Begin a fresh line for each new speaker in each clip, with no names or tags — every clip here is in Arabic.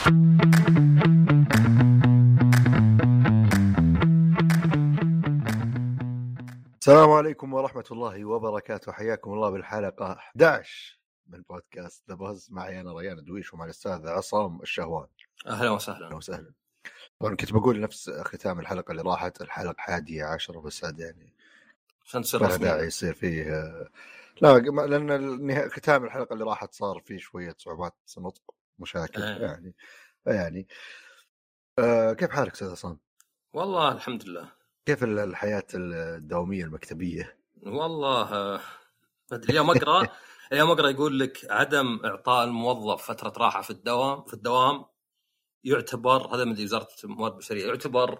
السلام عليكم ورحمة الله وبركاته. حياكم الله بالحلقة 11 من بودكاست ذا بوز. معي أنا ريان دويش ومع الأستاذ عصام الشهوان.
أهلا وسهلا.
أهلا وسهلا. طبعا كنت بقول نفس ختام الحلقة اللي راحت، الحلقة 11 بس هذا يعني ما داعي يصير فيه لا، لأن ختام الحلقة اللي راحت صار فيه شوية صعوبات نطق مشاكل يعني كيف حالك أستاذ عصام؟
والله الحمد لله.
كيف الحياة الدوامية المكتبية؟
والله اليوم أقرأ يقول لك عدم إعطاء الموظف فترة راحة في الدوام يعتبر، هذا من وزارة الموارد البشرية، يعتبر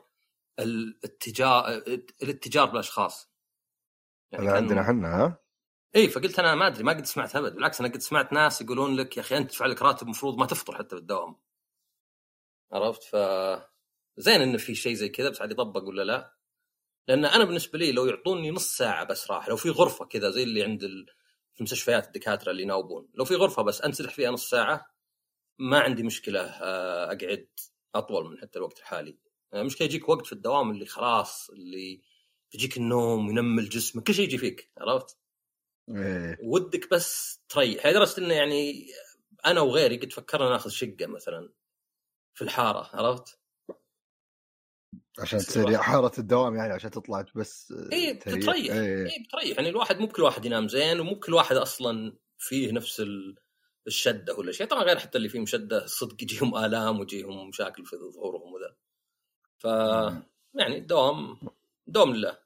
الاتجار بالأشخاص.
يعني عندنا حنا
فقلت أنا ما أدري، ما قد سمعت أبد. بالعكس أنا قد سمعت ناس يقولون لك يا أخي أنت تدفع لك راتب مفروض ما تفطر حتى بالدوام. عرفت؟ زين إنه في شيء زي كذا، بس عاد يطبق ولا لا؟ لأن أنا بالنسبة لي لو يعطوني نص ساعة بس راحة، لو في غرفة كذا زي اللي عند في المستشفيات الدكاترة اللي يناوبون، لو في غرفة بس أنسدح فيها نص ساعة ما عندي مشكلة أقعد أطول من حتى الوقت الحالي. مشكلة يجيك وقت في الدوام اللي خلاص اللي يجيك النوم وينمل جسمك، كل شيء يجي فيك. عرفت؟ ودك بس تريح. درست إنه يعني أنا وغيري قد فكرنا ناخذ شقة مثلا في الحارة. عرفت؟
عشان تصير حارة الدوام، يعني عشان تطلع بس
بتريح. بتريح يعني الواحد مو كل واحد ينام زين، ومو كل واحد أصلا فيه نفس الشدة ولا شيء. طبعا غير حتى اللي فيه مشدة صدق يجيهم آلام ويجيهم مشاكل في ظهورهم وذا. يعني الدوام لله.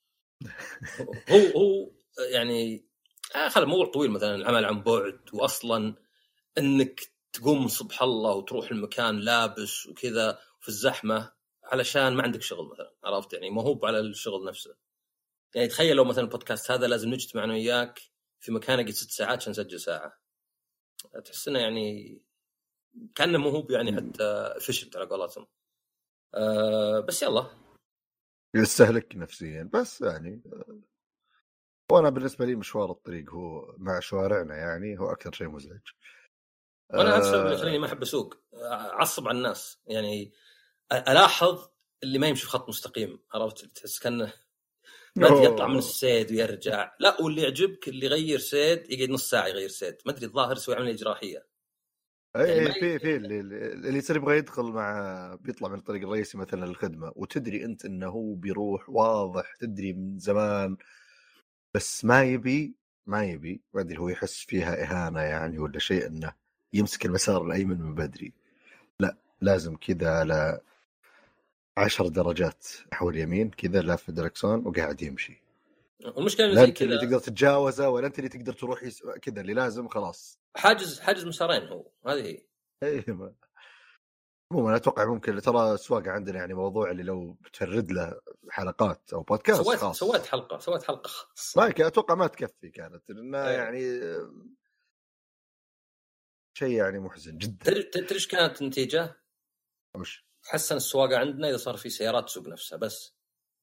هو يعني خلي الموضوع طويل. مثلا العمل عن بعد، وأصلا أنك تقوم من صبح الله وتروح المكان لابس وكذا في الزحمة علشان ما عندك شغل مثلا. عرفت؟ يعني ما هو على الشغل نفسه. يعني تخيل لو مثلا البودكاست هذا لازم نجتمع أنا وياك في مكان قد 6 ساعات عشان نسجل ساعة، تحس إنه يعني كأنه مو هو يعني حتى فشلت على قولتهم. بس يلا
يستهلك نفسيا بس يعني. وانا بالنسبه لي مشوار الطريق هو مع شوارعنا يعني هو اكثر شيء مزعج.
وانا السبب اللي يخليني ما احب اسوق، اعصب على الناس. يعني الاحظ اللي ما يمشي في خط مستقيم. عرفت؟ تحس كانه ما ادري يطلع من السيد ويرجع. لا، واللي يعجبك اللي يغير سيد يقعد نص ساعه يغير سيد، ما ادري الظاهر يسوي عمليه جراحيه.
يعني في اللي يصير يبغى يدخل مع بيطلع من الطريق الرئيسي مثلا للخدمه، وتدري انت انه هو بيروح واضح، تدري من زمان، بس ما يبي ما ادري هو يحس فيها اهانه يعني ولا شيء، انه يمسك المسار الايمن من بدري. لا، لازم كذا على 10 درجات نحو اليمين كذا، لاف الدركسون وقاعد يمشي.
والمشكله
لا انت اللي تقدر تتجاوزه ولا انت اللي تقدر تروح كذا، اللي لازم خلاص
حاجز مسارين. هو هذه
ايوه. عموما اتوقع ممكن ترى السواقه عندنا يعني موضوع اللي لو بتفرد له حلقات او بودكاست خاص.
سويت حلقه خاص.
ما اتوقع ما تكفي كانت لانها يعني شيء يعني محزن جدا.
تدري ايش كانت النتيجه؟
وش
حسن السواقه عندنا اذا صار في سيارات تسوق نفسها بس.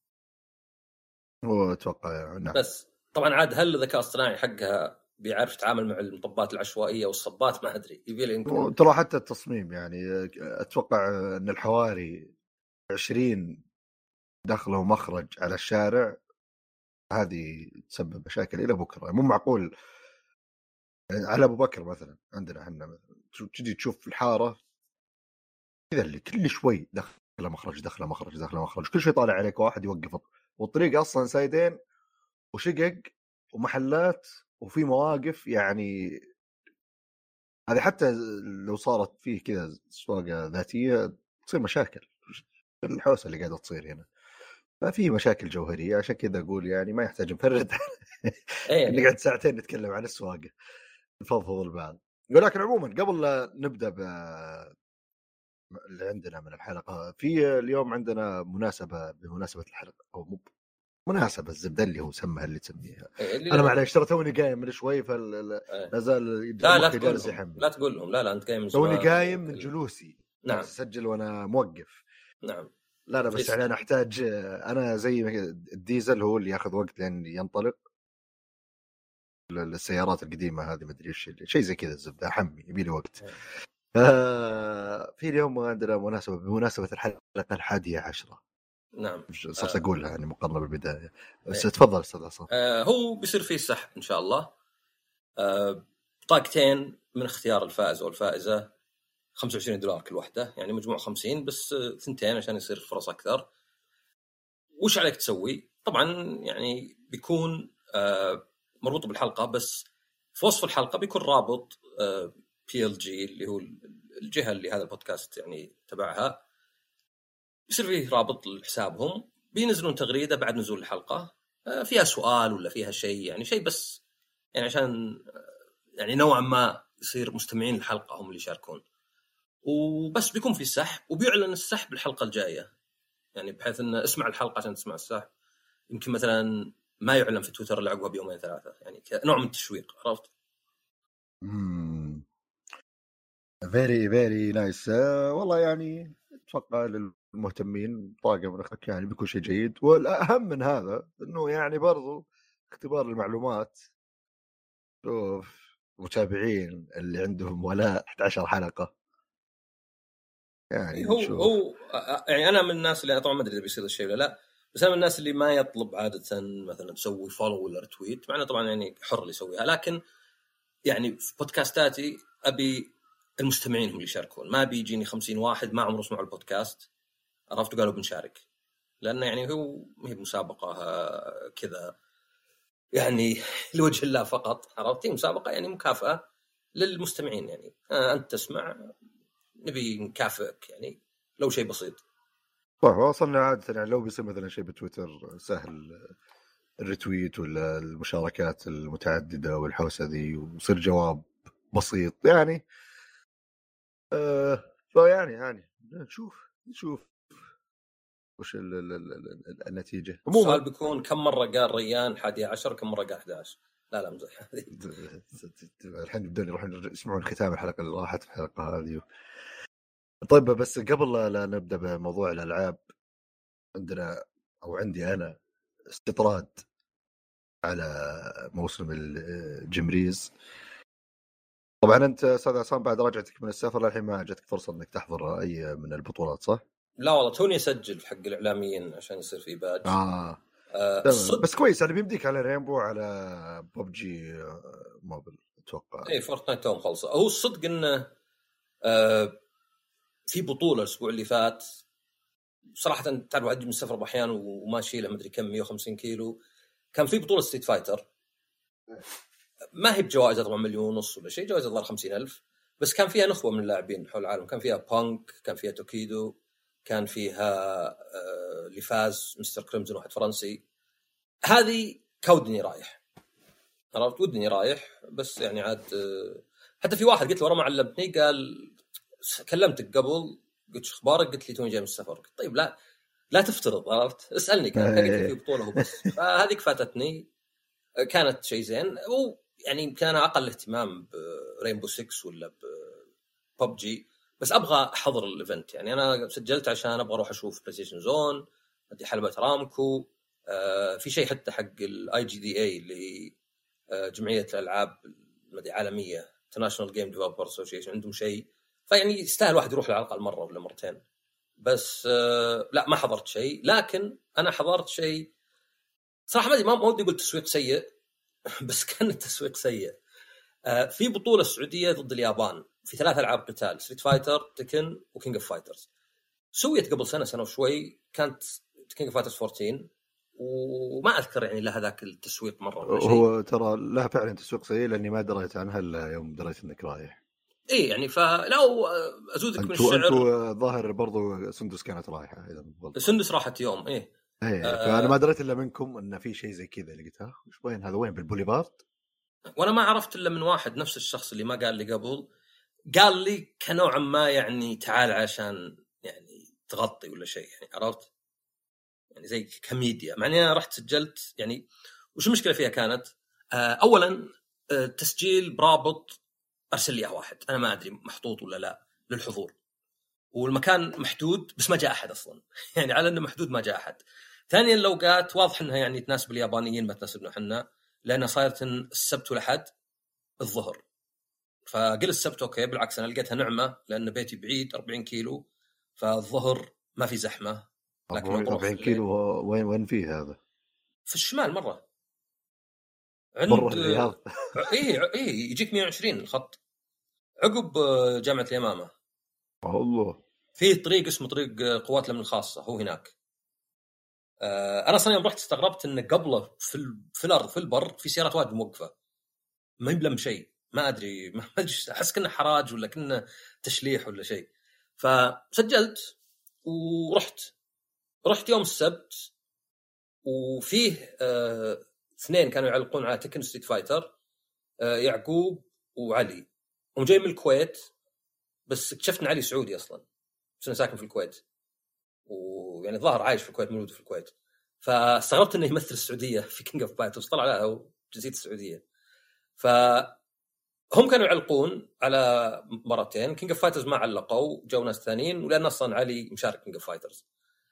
هو اتوقع نعم.
بس طبعا عاد هل الذكاء الاصطناعي حقها بيعرف يتعامل مع المطبات العشوائيه والصبات؟ ما ادري. يبي له يمكن
ترى حتى التصميم يعني اتوقع ان الحواري 20 دخله ومخرج على الشارع هذه تسبب مشاكل الى بكره. مو معقول على ابو بكر مثلا عندنا احنا مثلا تجي تشوف الحاره كذا اللي كل شوي دخل مخرج كل شوي طالع عليك واحد يوقف، والطريق اصلا سايدين وشقق ومحلات وفي مواقف. يعني هذه حتى لو صارت فيه كذا سواقه ذاتيه تصير مشاكل، الحوسه اللي قاعده تصير هنا. ففي مشاكل جوهريه، عشان كذا اقول يعني ما يحتاج نفرد. نقعد ساعتين نتكلم عن السواقه نفضفض البعض. ولكن عموما قبل لا نبدا اللي عندنا من الحلقه، في اليوم عندنا بمناسبه الحلقه او مناسبه الزبده اللي هو سمها اللي تسميها. انا معليش ترى توني قايم من شوي فلا زال جالس يحمل.
لا تقول لهم لا انت قايم من
توني قايم من جلوسي.
نعم.
اسجل وانا موقف.
نعم.
لا بس يعني انا احتاج، انا زي الديزل هو اللي ياخذ وقت لين ينطلق. السيارات القديمه هذه ما ادري ايش شيء زي كذا الزبده حمي يبي لي وقت. في اليوم عندنا بمناسبة الحلقة 11.
نعم
صرت أقولها يعني مقارنة بالبداية. بس تفضل أستاذ عصام.
هو بيصير فيه سحب إن شاء الله. بطاقتين من اختيار الفائز والفائزة، $25 كل واحدة، يعني مجموع 50، بس 2 عشان يصير فرص أكثر. وش عليك تسوي؟ طبعا يعني بيكون مربوط بالحلقة، بس في وصف الحلقة بيكون رابط PLG اللي هو الجهة اللي هذا البودكاست يعني تبعها، يصير فيه رابط لحسابهم، بينزلون تغريدة بعد نزول الحلقة فيها سؤال ولا فيها شيء، يعني شيء بس يعني عشان يعني نوعا ما يصير مستمعين الحلقة هم اللي يشاركون. وبس بيكون في السحب، وبيعلن السحب الحلقة الجاية، يعني بحيث ان اسمع الحلقة عشان تسمع السحب. يمكن مثلا ما يعلن في تويتر اللي عقبها بيومين 3، يعني نوع من التشويق، عرفت؟
very very nice. والله يعني اتوقع للمهتمين طاقة من اخك يعني بيكون شيء جيد، والاهم من هذا انه يعني برضو اختبار المعلومات. شوف متابعين اللي عندهم ولاء 11 حلقة يعني
هو يعني انا من الناس اللي طبعا ما ادري اذا بيصير الشيء ولا لا، بس انا من الناس اللي ما يطلب عاده مثلا تسوي فولو ولا رتويت، مع انه طبعا يعني حر اللي يسويها، لكن يعني في بودكاستاتي ابي المستمعين هم اللي يشاركون، ما بيجيني 50 واحد ما عمره سمعوا البودكاست عرفتوا قالوا بنشارك، لانه يعني هو ما هي مسابقه كذا يعني لوجه الله فقط، عرفتي؟ مسابقه يعني مكافاه للمستمعين، يعني انت تسمع نبي نكافئك يعني لو شيء بسيط.
صح. وصلنا عادة يعني لو بيصير مثلا شيء بتويتر سهل الريتويت ولا المشاركات المتعددة والحوسة ذي، ويصير جواب بسيط يعني. فيعني نشوف وش النتيجة.
السؤال بيكون كم مرة قال ريان 11، كم مرة قال 11؟ لا مزح.
الحين بدون يروحون يسمعون ختام الحلقة اللي راحت في الحلقة هذه. طيب بس قبل لا نبدأ بموضوع الألعاب، عندنا أو عندي أنا استطراد على موسم الجمريز. طبعا أنت أستاذ عصام بعد رجعتك من السفر للحين ما جاتك فرصة أنك تحضر أي من البطولات صح؟
لا والله توني أسجل في حق الإعلاميين عشان يصير في باج.
بس كويس يعني بيمديك على رينبو على ببجي موبل أتوقع.
إيه فورتنايت توم خلصه. هو الصدق إنه في بطولة الأسبوع اللي فات صراحة تعرف أجي من السفر بأحيان وماشي له مدري كم 150 كيلو، كان في بطولة ستريت فايتر، ما هي بجوائز طبعا 1.5 مليون ولا شيء، جوائز الظاهر 50,000، بس كان فيها نخوة من اللاعبين حول العالم، كان فيها بانك، كان فيها توكيدو، كان فيها اللي فاز مستر كريمزون واحد فرنسي. هذه كودني رايح، عرفت؟ ودني رايح، بس يعني عاد حتى في واحد قلت له ورا ما علمتني، قال كلمتك قبل قلت شو اخبارك؟ قلت لي توني جاي من السفر. قلت طيب لا تفترض، عرفت؟ اسالني كان قلت لي في بطوله وبس. فهذيك فاتتني، كانت شيء زين. ويعني يمكن انا اقل اهتمام برينبو 6 ولا ببجي، بس ابغى احضر الايفنت، يعني انا سجلت عشان ابغى اروح اشوف بلاي ستيشن زون، ادي حلبة رامكو، في شيء حتى حق الاي جي دي اي اللي جمعيه الالعاب العالميه انترناشونال جيم ديفلوبر اسوسيشن، عندهم شيء، فيعني يستاهل واحد يروح على الاقل مره ولا مرتين. بس لا ما حضرت شيء، لكن انا حضرت شيء صراحه ما ودي اقول تسويق سيء بس كان التسويق سيء. في بطوله سعوديه ضد اليابان في 3 ألعاب قتال، ستريت فايتر، تكن، وكينج اوف فايترز. سويت قبل سنه وشوي، كانت كينج اوف فايترز 14، وما اذكر يعني لها ذاك التسويق مره ولا شيء.
هو ترى لها فعلا تسويق سيء لاني ما دريت عنها الا يوم دريت انك رايح.
ايه يعني فلو ازودك من الشعر،
انتوا ظاهر برضو سندس كانت رايحه اذا
سندس راحت يوم ايه
فانا ما دريت الا منكم ان في شيء زي كذا، لقيتها وش وين هذا، وين بالبوليفارد؟
وانا ما عرفت الا من واحد، نفس الشخص اللي ما قال لي قبل، قال لي كنوعا ما يعني تعال عشان يعني تغطي ولا شيء، يعني عرفت يعني زي كميديا. مع اني انا رحت سجلت، يعني وش المشكله فيها كانت اولا تسجيل برابط ارسل لي واحد، انا ما ادري محطوط ولا لا للحضور، والمكان محدود بس ما جاء احد اصلا يعني على انه محدود ما جاء احد. ثانيا اللوقات واضح انها يعني تناسب اليابانيين ما تناسبنا احنا، لانها صايره السبت والاحد الظهر، فقل السبت اوكي، بالعكس انا لقيتها نعمه لان بيتي بعيد 40 كيلو، فالظهر ما في زحمه. لكن
40 كيلو وين فيه هذا؟
في الشمال مره،
برا
عند
الرياض.
ايه يجيك 120 الخط عقب جامعه اليمامه.
والله
في طريق اسمه طريق قوات الامن الخاصه، هو هناك. انا اصلا يوم رحت استغربت ان قبله في الارض في البر في سيارات واجد موقفه، ما يبلم شيء، ما ادري ما ادري احس كنا حراج ولا كنا تشليح ولا شيء. فسجلت ورحت يوم السبت، وفيه اثنين كانوا يعلقون على تكن ستريت فايتر، يعقوب وعلي، هم جاي من الكويت، بس اكتشفت ان علي سعودي اصلا، بس انا ساكن في الكويت، ويعني ظاهر عايش في الكويت، مولود في الكويت. فاستغربت انه يمثل السعوديه في كينج اوف فايترز، طلع لا جنسيته السعوديه. فهم كانوا يعلقون على مباراتين كينج اوف فايترز، ما علقوا، جو ناس ثانيين، ولان اصلا علي مشارك كينج اوف فايترز.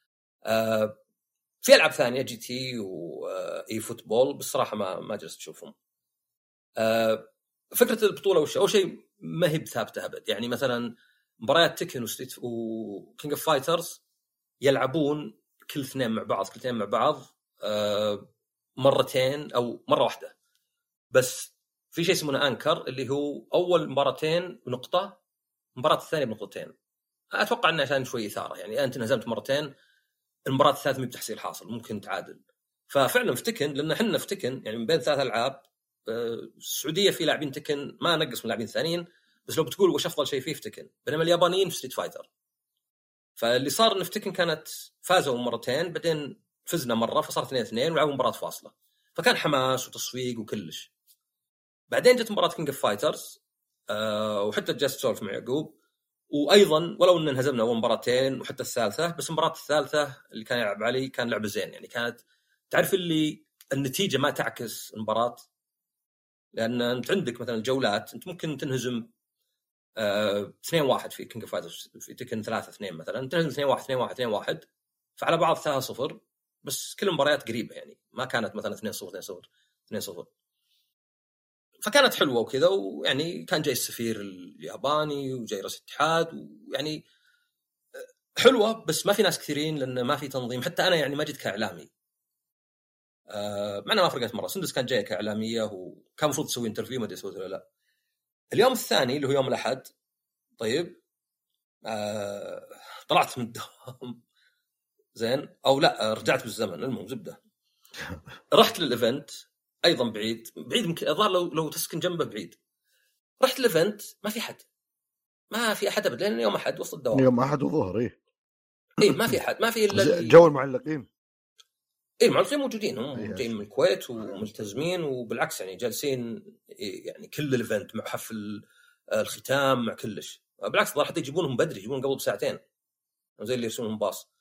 في العاب ثانيه جي تي واي فوتبول، بصراحه ما جلست اشوفهم. فكره البطوله وش اول شيء ما هي بثابته ابد، يعني مثلا مباريات تكن وكينج اوف فايترز يلعبون كل اثنين مع بعض، كل اثنين مع بعض مرتين او مره واحده بس. في شيء اسمه انكر، اللي هو اول مباراتين بنقطه، المباراه الثانيه بنقطتين. اتوقع انه عشان شوي اثاره، يعني انت انهزمت مرتين، المباراه الثالثه مو بتحصيل حاصل، ممكن تعادل. ففعلا في تكن، لان احنا في تكن يعني من بين ثلاث العاب السعوديه في لاعبين تكن ما نقص من لاعبين ثانيين، بس لو بتقول وش افضل شيء فيه في تكن، بينما اليابانيين في ستريت فايتر. فاللي صار ان في تكن كانت فازوا مرتين، بعدين فزنا مره، فصار 2-2 ولعبوا مباراه فاصله، فكان حماس وتصفيق وكلش. بعدين جت مباراه كينج اوف فايترز، وحتى جلست اسولف مع يعقوب، وايضا ولو ان انهزمنا اول مباراتين وحتى الثالثه، بس المباراه الثالثه اللي كان يلعب علي كان لعبه زين، يعني كانت تعرف اللي النتيجه ما تعكس المباراه، لان انت عندك مثلا الجولات انت ممكن تنهزم 2-1 في كينج اوف فايترز، في تكن 3-2 مثلا تنهزم 2-1 2-1 2-1، فعلى بعض 3-0، بس كل المباريات قريبه، يعني ما كانت مثلا 2-0 2-0 2-0. فكانت حلوه وكذا، ويعني كان جاي السفير الياباني وجاي رئيس الاتحاد، ويعني حلوه، بس ما في ناس كثيرين لان ما في تنظيم. حتى انا يعني ما جيت كاعلامي، معنا ما فرقت مره، سندس كان جايه كاعلاميه وكان المفروض تسوي انترفيو، ما ادري سويت ولا لا. اليوم الثاني اللي هو يوم الاحد، طيب طلعت من الدوام زين، او لا رجعت بالزمن، المهم زبده. رحت للايفنت ايضا بعيد يمكن الظاهر لو تسكن جنبه بعيد. رحت الايفنت ما في حد، ما في احد ابد، لان يوم احد وسط الدوام،
يوم احد وظهر
اي ما في احد، ما في الا
جو المعلقين.
المعلقين موجودين، هم جايين من
أشوف.
الكويت وملتزمين، وبالعكس يعني جالسين يعني كل الايفنت مع حفل الختام مع كلش، بالعكس ظهر حتى يجيبونهم بدري، يجيبون قبل بساعتين زي اللي يرسلونهم باص.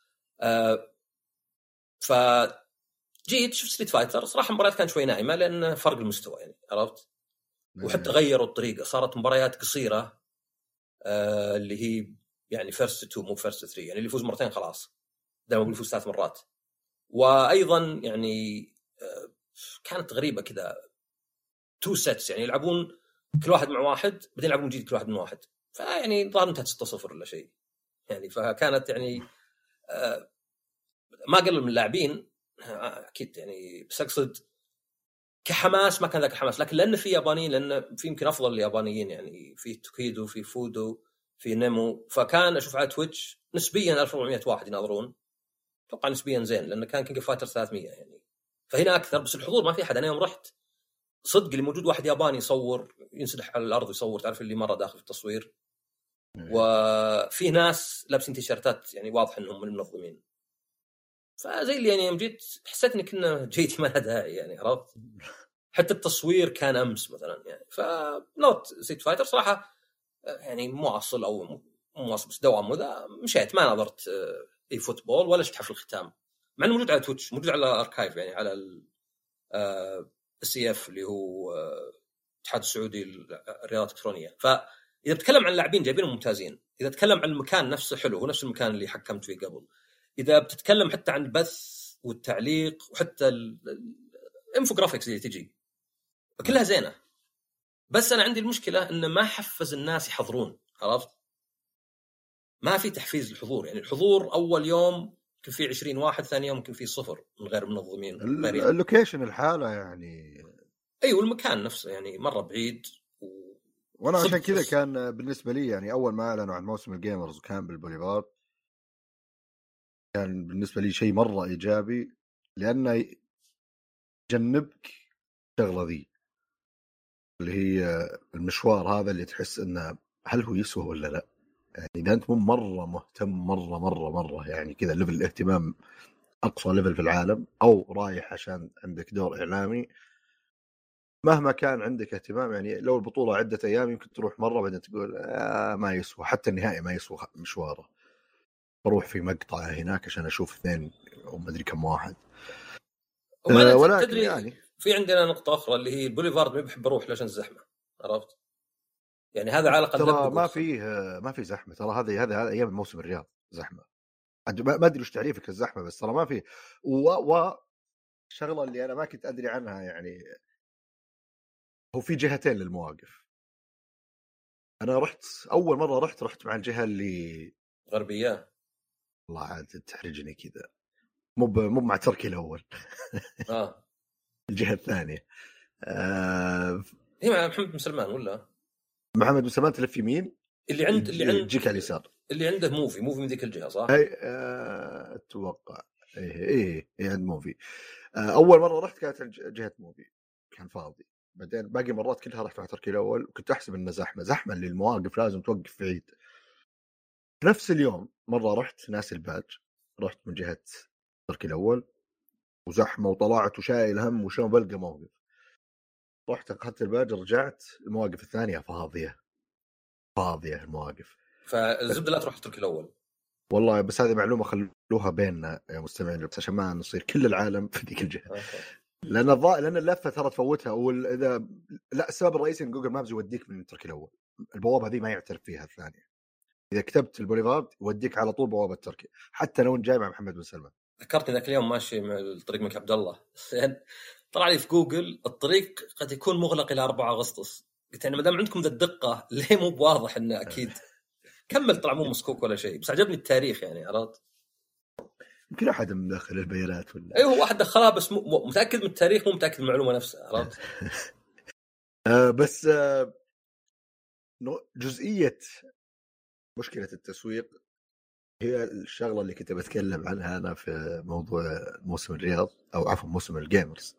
فجيت شفت ستريت فايتر، صراحه المباريات كانت شوي ناعمه لان فرق المستوى، يعني عرفت، وحتى غيروا الطريقه، صارت مباريات قصيره، اللي هي يعني فيرست 2 مو فيرست 3، يعني اللي يفوز مرتين خلاص، دائما يقول يفوز 3 مرات. وايضا يعني كانت غريبه كذا، 2 سيتس، يعني يلعبون كل واحد مع واحد، بعدين يلعبون جديد كل واحد من واحد، فيعني ظهر انتهت 6-0 ولا شيء يعني. فكانت يعني ما قلل من اللاعبين اكيد يعني، بس اقصد كحماس ما كان ذاك الحماس، لكن لان في يابانيين، لان في يمكن افضل اليابانيين، يعني في توكيدو، في فودو، في نيمو، فكان اشوف على تويتش نسبيا 1400 واحد يناظرون، اتوقع نسبيا زين، لان كان كينج فايتر 300 يعني، فهنا اكثر، بس الحضور ما في احد. انا يوم رحت صدق اللي موجود واحد ياباني يصور، ينسدح على الارض يصور، تعرف اللي مره داخل في التصوير، وفي ناس لابسين تيشيرتات يعني واضح انهم من المنظمين. فزي اللي يعني يوم جيت حسيت اني كنا جيتي ما لها داعي، يعني عرفت، حتى التصوير كان امس مثلا يعني. فنوت سيت فايتر صراحه يعني مواصل او مواصل بس دوام، وذا مشيت ما نظرت اي فوتبول ولا شفت حفل الختام، مع انه موجود على تويتش، موجود على اركايف، يعني على السي اف اللي هو الاتحاد السعودي للرياضات الالكترونيه. فاذا بتكلم عن اللاعبين جايبينهم ممتازين، اذا تكلم عن المكان نفسه حلو، هو نفس المكان اللي حكمت فيه قبل، اذا بتتكلم حتى عن البث والتعليق وحتى الانفوجرافيكس اللي تجي كلها زينه. بس انا عندي المشكله انه ما حفز الناس يحضرون، عرفت؟ ما في تحفيز للحضور. يعني الحضور اول يوم يمكن في 20 واحد، ثاني يوم يمكن في 0 من غير منظمين، غير يعني
اللوكيشن الحالة يعني.
ايوه المكان نفسه يعني مره بعيد
وانا عشان كذا كان بالنسبه لي يعني اول ما اعلنوا عن موسم الجيمرز وكان بالبوليفارد كان بالنسبه لي شيء مره ايجابي، لانه يجنبك الشغله ذي اللي هي المشوار هذا اللي تحس انه هل هو يسوى ولا لا. يعني اذا انت مو مره مهتم مره يعني كذا ليفل الاهتمام اقصى ليفل في العالم، او رايح عشان عندك دور اعلامي، مهما كان عندك اهتمام، يعني لو البطوله عده ايام يمكن تروح مره بعدين تقول ما يسوى، حتى النهائي ما يسوى مشواره، بروح في مقطع هناك عشان اشوف اثنين وما ادري كم واحد.
ولكن تدري
يعني
في عندنا نقطه اخرى اللي هي البوليفارد ما بحب اروح عشان الزحمه، عرفت؟ يعني هذا على الاقل
ترى ما في زحمه، ترى هذا ايام موسم الرياض زحمه، ما ادري وش تعريفك الزحمه، بس ترى ما في. الشغله اللي انا ما كنت ادري عنها يعني هو في جهتين للمواقف. انا رحت اول مره رحت مع الجهه اللي
غربيه،
والله عاد تحرجني كذا، مو مع تركي الاول الجهه الثانيه
هي مع محمد بن سلمان ولا
محمد بن سلمان تلف يمين
اللي عند
يجيك على اليسار،
اللي عنده موفي من ذيك الجهه صح؟
اي اتوقع ايه عند موفي. اول مره رحت كانت جهه موفي كان فاضي، بعدين باقي مرات كلها رحت مع تركي الاول، وكنت احسب انه زحمه اللي المواقف لازم توقف في عيد. نفس اليوم مره رحت ناس الباج، رحت من جهه تركي الاول وزحمه وطلعت وشايل هم وشلون بلقى موقف، رحت اخذت الباج رجعت المواقف الثانيه فاضيه المواقف.
فالزبده لا تروح تركي الاول
والله، بس هذه معلومه خلوها بيننا يا مستمعين بس عشان ما نصير كل العالم في ذيك الجهه. لان اللفه ترى تفوتها، واذا لا السبب الرئيسي ان جوجل مابز يوديك من تركي الاول، البوابه هذه ما يعترف فيها الثانيه، اذا كتبت البوليفارد يوديك على طول بوابه تركي حتى لو انت جاي مع محمد بن سلمان.
ذكرتني ذاك اليوم ماشي مع الطريق ملك عبد الله طلع لي في جوجل الطريق قد يكون مغلق الى 4 أغسطس. قلت يعني ما دام عندكم ذا الدقه ليه مو بواضح انه اكيد كمل طلع مو مسكوك ولا شيء، بس عجبني التاريخ يعني، عرفت؟
يمكن احد مدخل البيانات ولا
ايوه واحد دخلها بس متاكد من التاريخ مو متاكد من المعلومه نفسها، عرفت؟
بس جزئيه مشكله التسويق هي الشغله اللي كنت بتكلم عنها انا في موضوع موسم الرياض او عفوا موسم الجيمرز،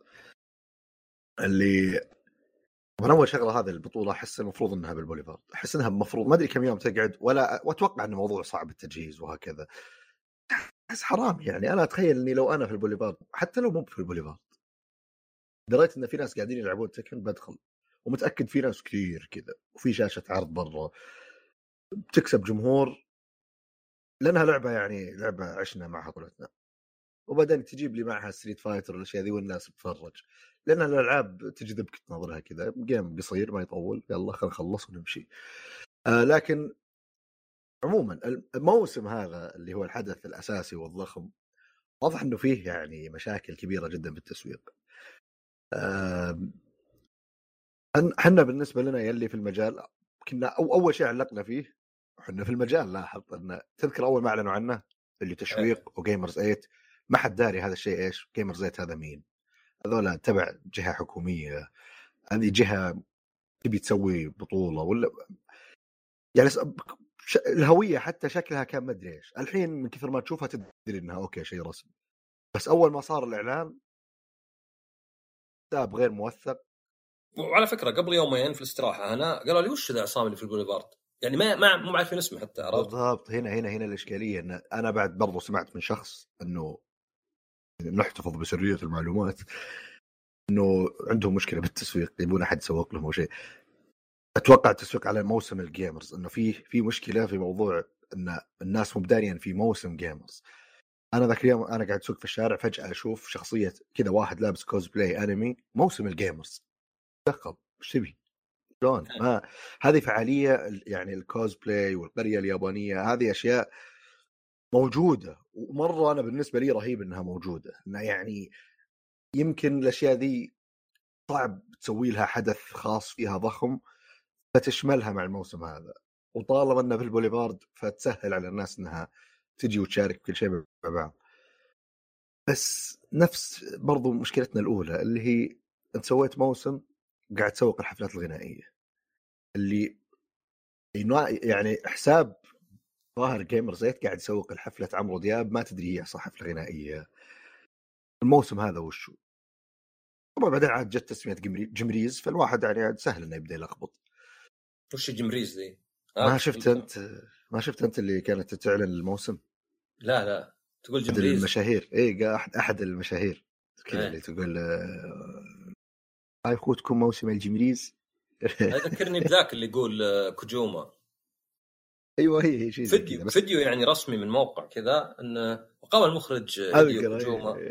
اللي من اول شغله هذه البطوله احس المفروض انها بالبوليفارد، احس انها المفروض ما ادري كم يوم تقعد، واتوقع انه موضوع صعب التجهيز وهكذا، بس حرام يعني. انا اتخيل اني لو انا في البوليفارد حتى لو مو في البوليفارد دريت ان في ناس قاعدين يلعبون تكن بدخل، ومتاكد في ناس كثير كذا وفي شاشه عرض برا بتكسب جمهور، لانها لعبه يعني لعبه عشنا معها طولتنا، وبعدين تجيب لي معها ستريت فايتر والاشياء ذي والناس بتتفرج، لان الالعاب تجذبك تناظرها كذا، جيم قصير ما يطول، يلا خلينا نخلص ونمشي. لكن عموما الموسم هذا اللي هو الحدث الاساسي والضخم واضح انه فيه يعني مشاكل كبيره جدا بالتسويق. احنا بالنسبه لنا يلي في المجال كنا اول شيء علقنا فيه، احنا في المجال لاحظ ان تذكر اول ما اعلنوا عنه اللي تشويق وجيمرز 8 ما حد داري هذا الشيء ايش، جيمرز 8 هذا مين؟ هذول تبع جهه حكوميه، هذه جهه تبي تسوي بطوله ولا يعني الهويه حتى شكلها كان ما ادري ايش، الحين من كثر ما تشوفها تدري انها اوكي شيء رسمي، بس اول ما صار الاعلان كتاب غير موثق.
وعلى فكره قبل يومين في الاستراحه هنا قالوا لي وش ذا عصام اللي في البوليفارد، يعني ما مو عارفين اسمه حتى، عرفت؟
بالضبط، هنا الاشكاليه ان انا بعد برضو سمعت من شخص انه نحتفظ بسريه المعلومات انه عندهم مشكله بالتسويق، يبون احد يسوق لهم او شيء. اتوقع التسويق على موسم الجيمرز انه في مشكله في موضوع ان الناس مو بداريين في موسم جيمرز. انا ذاك اليوم انا قاعد اسوق في الشارع فجاه اشوف شخصيه كذا واحد لابس كوزبلاي انمي موسم الجيمرز، دخل ايش تبي شلون؟ ما هذه فعاليه يعني الكوزبلاي والقريه اليابانيه، هذه اشياء موجوده ومره انا بالنسبه لي رهيب انها موجوده، انه يعني يمكن الاشياء ذي صعب تسوي لها حدث خاص فيها ضخم فتشملها مع الموسم هذا، وطالما انها في البوليفارد فتسهل على الناس انها تجي وتشارك كل شيء مع بعض. بس نفس برضو مشكلتنا الاولى اللي هي انت سويت موسم قاعد تسوق الحفلات الغنائيه اللي يعني حساب ظاهر جيمر زيت قاعد يسوق الحفله عمرو دياب، ما تدري هي صح حفله غنائيه الموسم هذا وشو. طبعا بعدين عاد جت تسميه جمريز، فالواحد يعني سهل انه يبدا يلخبط.
وش جمريز ذي؟
ما شفت انت اللي كانت تعلن الموسم؟
لا تقول
أحد
جمريز
المشاهير، اي أحد المشاهير كذا اللي تقول هاي اخوتكم موسم الجمريز.
يذكرني بذاك اللي يقول كوجوما.
ايوه هي شيء زي كذا،
فيديو يعني رسمي من موقع كذا انه وقام المخرج هيديو كوجوما.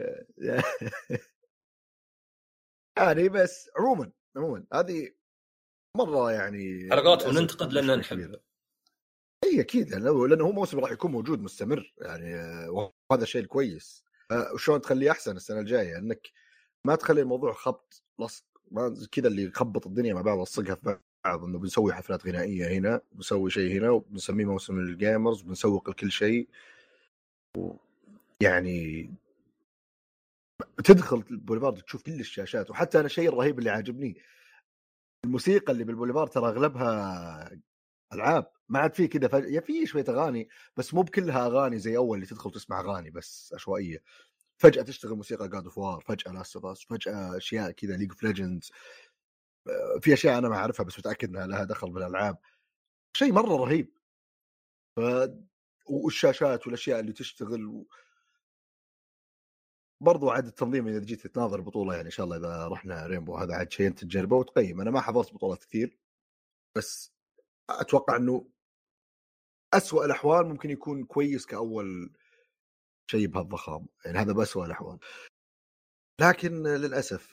يعني بس عموما هذه مره يعني
على قولتهم ننتقد لأننا نحب.
اي اكيد لانه هو موسم راح يكون موجود مستمر يعني، وهذا الشيء الكويس. وشلون تخليه احسن السنه الجايه انك ما تخلي الموضوع خبط لصق، ما كذا اللي يخبط الدنيا مع بعض لصقها في بعض، انه بنسوي حفلات غنائيه هنا بنسوي شيء هنا وبنسميه موسم الجيمرز بنسوق لكل شيء. يعني تدخل البوليفارد تشوف كل الشاشات. وحتى انا الشيء الرهيب اللي عاجبني الموسيقى اللي بالبوليفارد ترى اغلبها العاب، ما عاد في كذا فجأة في شويه اغاني بس مو بكلها اغاني زي اول اللي تدخل تسمع اغاني بس عشوائيه. فجاه تشتغل موسيقى جاد اوف وار، فجاه لاست اوف اس، فجاه اشياء كذا ليج اوف ليجندز، في اشياء انا ما اعرفها بس متاكد انها لها دخل بالالعاب. شيء مره رهيب. والشاشات والاشياء اللي تشتغل برضو عاد التنظيم اذا جيت تناظر بطوله يعني ان شاء الله اذا رحنا رينبو هذا عاد شيء انت تجربه وتقيم. انا ما حضرت بطولات كثير بس اتوقع انه أسوأ الأحوال ممكن يكون كويس كأول شيء بهالضخام، يعني هذا بأسوأ الأحوال. لكن للأسف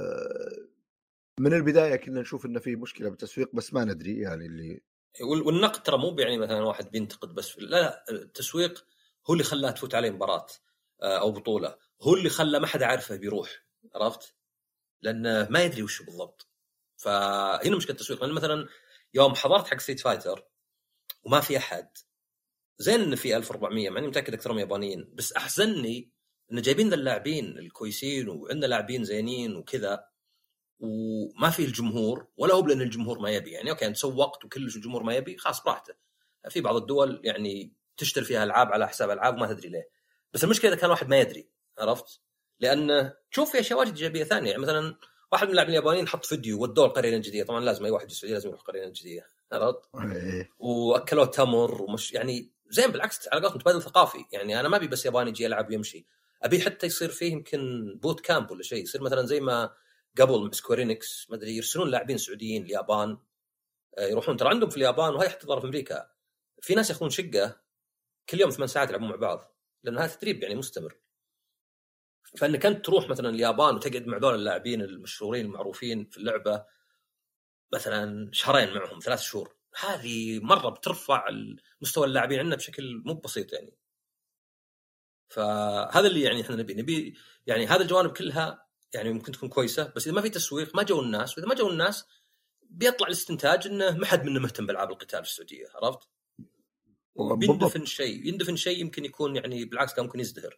من البداية كنا نشوف إنه في مشكلة بالتسويق بس ما ندري يعني اللي
والنقد ترى مو يعني مثلا واحد بينتقد بس لا التسويق هو اللي خلاه تفوت عليه مباراة أو بطولة، هو اللي خلى ما حد عارفه بيروح، عرفت؟ لأنه ما يدري وش بالضبط. فهنا مشكلة التسويق. لأن مثلا يوم حضرت حق ستريت فايتر وما في أحد، زين إن في 1400 معني متأكد أكثرهم يابانيين، بس أحزنني إن جايبين ذا اللاعبين الكويسين وعندنا لاعبين زينين وكذا وما في الجمهور، ولا هو لأن الجمهور ما يبي. يعني أوكي تسوقت وكلش الجمهور ما يبي خلاص براحته. في بعض الدول يعني تشتري فيها ألعاب على حساب ألعاب وما تدري ليه. بس المشكلة إذا كان واحد ما يدري، عرفت؟ لأن تشوف في أشياء واجد إيجابية ثانية. يعني مثلا واحد من اللاعبين اليابانيين حط فيديو ودوه القرية الجديدة، طبعا لازم أي واحد السعودية لازم يروح القرية الجديدة، عرفت؟ وأكلوا تمر ومش يعني زين بالعكس علاقات متبادل ثقافي. يعني أنا ما أبي بس ياباني يجي يلعب ويمشي، أبي حتى يصير فيه يمكن بوت كامب ولا شيء، يصير مثلا زي ما قبل مع سكويرينكس ما ادري يرسلون لاعبين سعوديين اليابان يروحون. ترى عندهم في اليابان وهي حتى ظهر في امريكا في ناس ياخذون شقه كل يوم 8 ساعات يلعبون مع بعض، لان هذا تدريب يعني مستمر. فانك انت تروح مثلا اليابان وتقعد مع ذول اللاعبين المشهورين المعروفين في اللعبه مثلا شهرين معهم 3 شهور، هذه مره بترفع مستوى اللاعبين عندنا بشكل مو بسيط يعني. فهذا اللي يعني احنا نبي يعني هذا الجوانب كلها يعني ممكن تكون كويسه، بس اذا ما في تسويق ما جو الناس، واذا ما جو الناس بيطلع الاستنتاج انه ما حد منه مهتم بالعاب القتال في السعوديه، عرفت؟ وبيندفن شيء يمكن يكون يعني بالعكس كان ممكن يزدهر.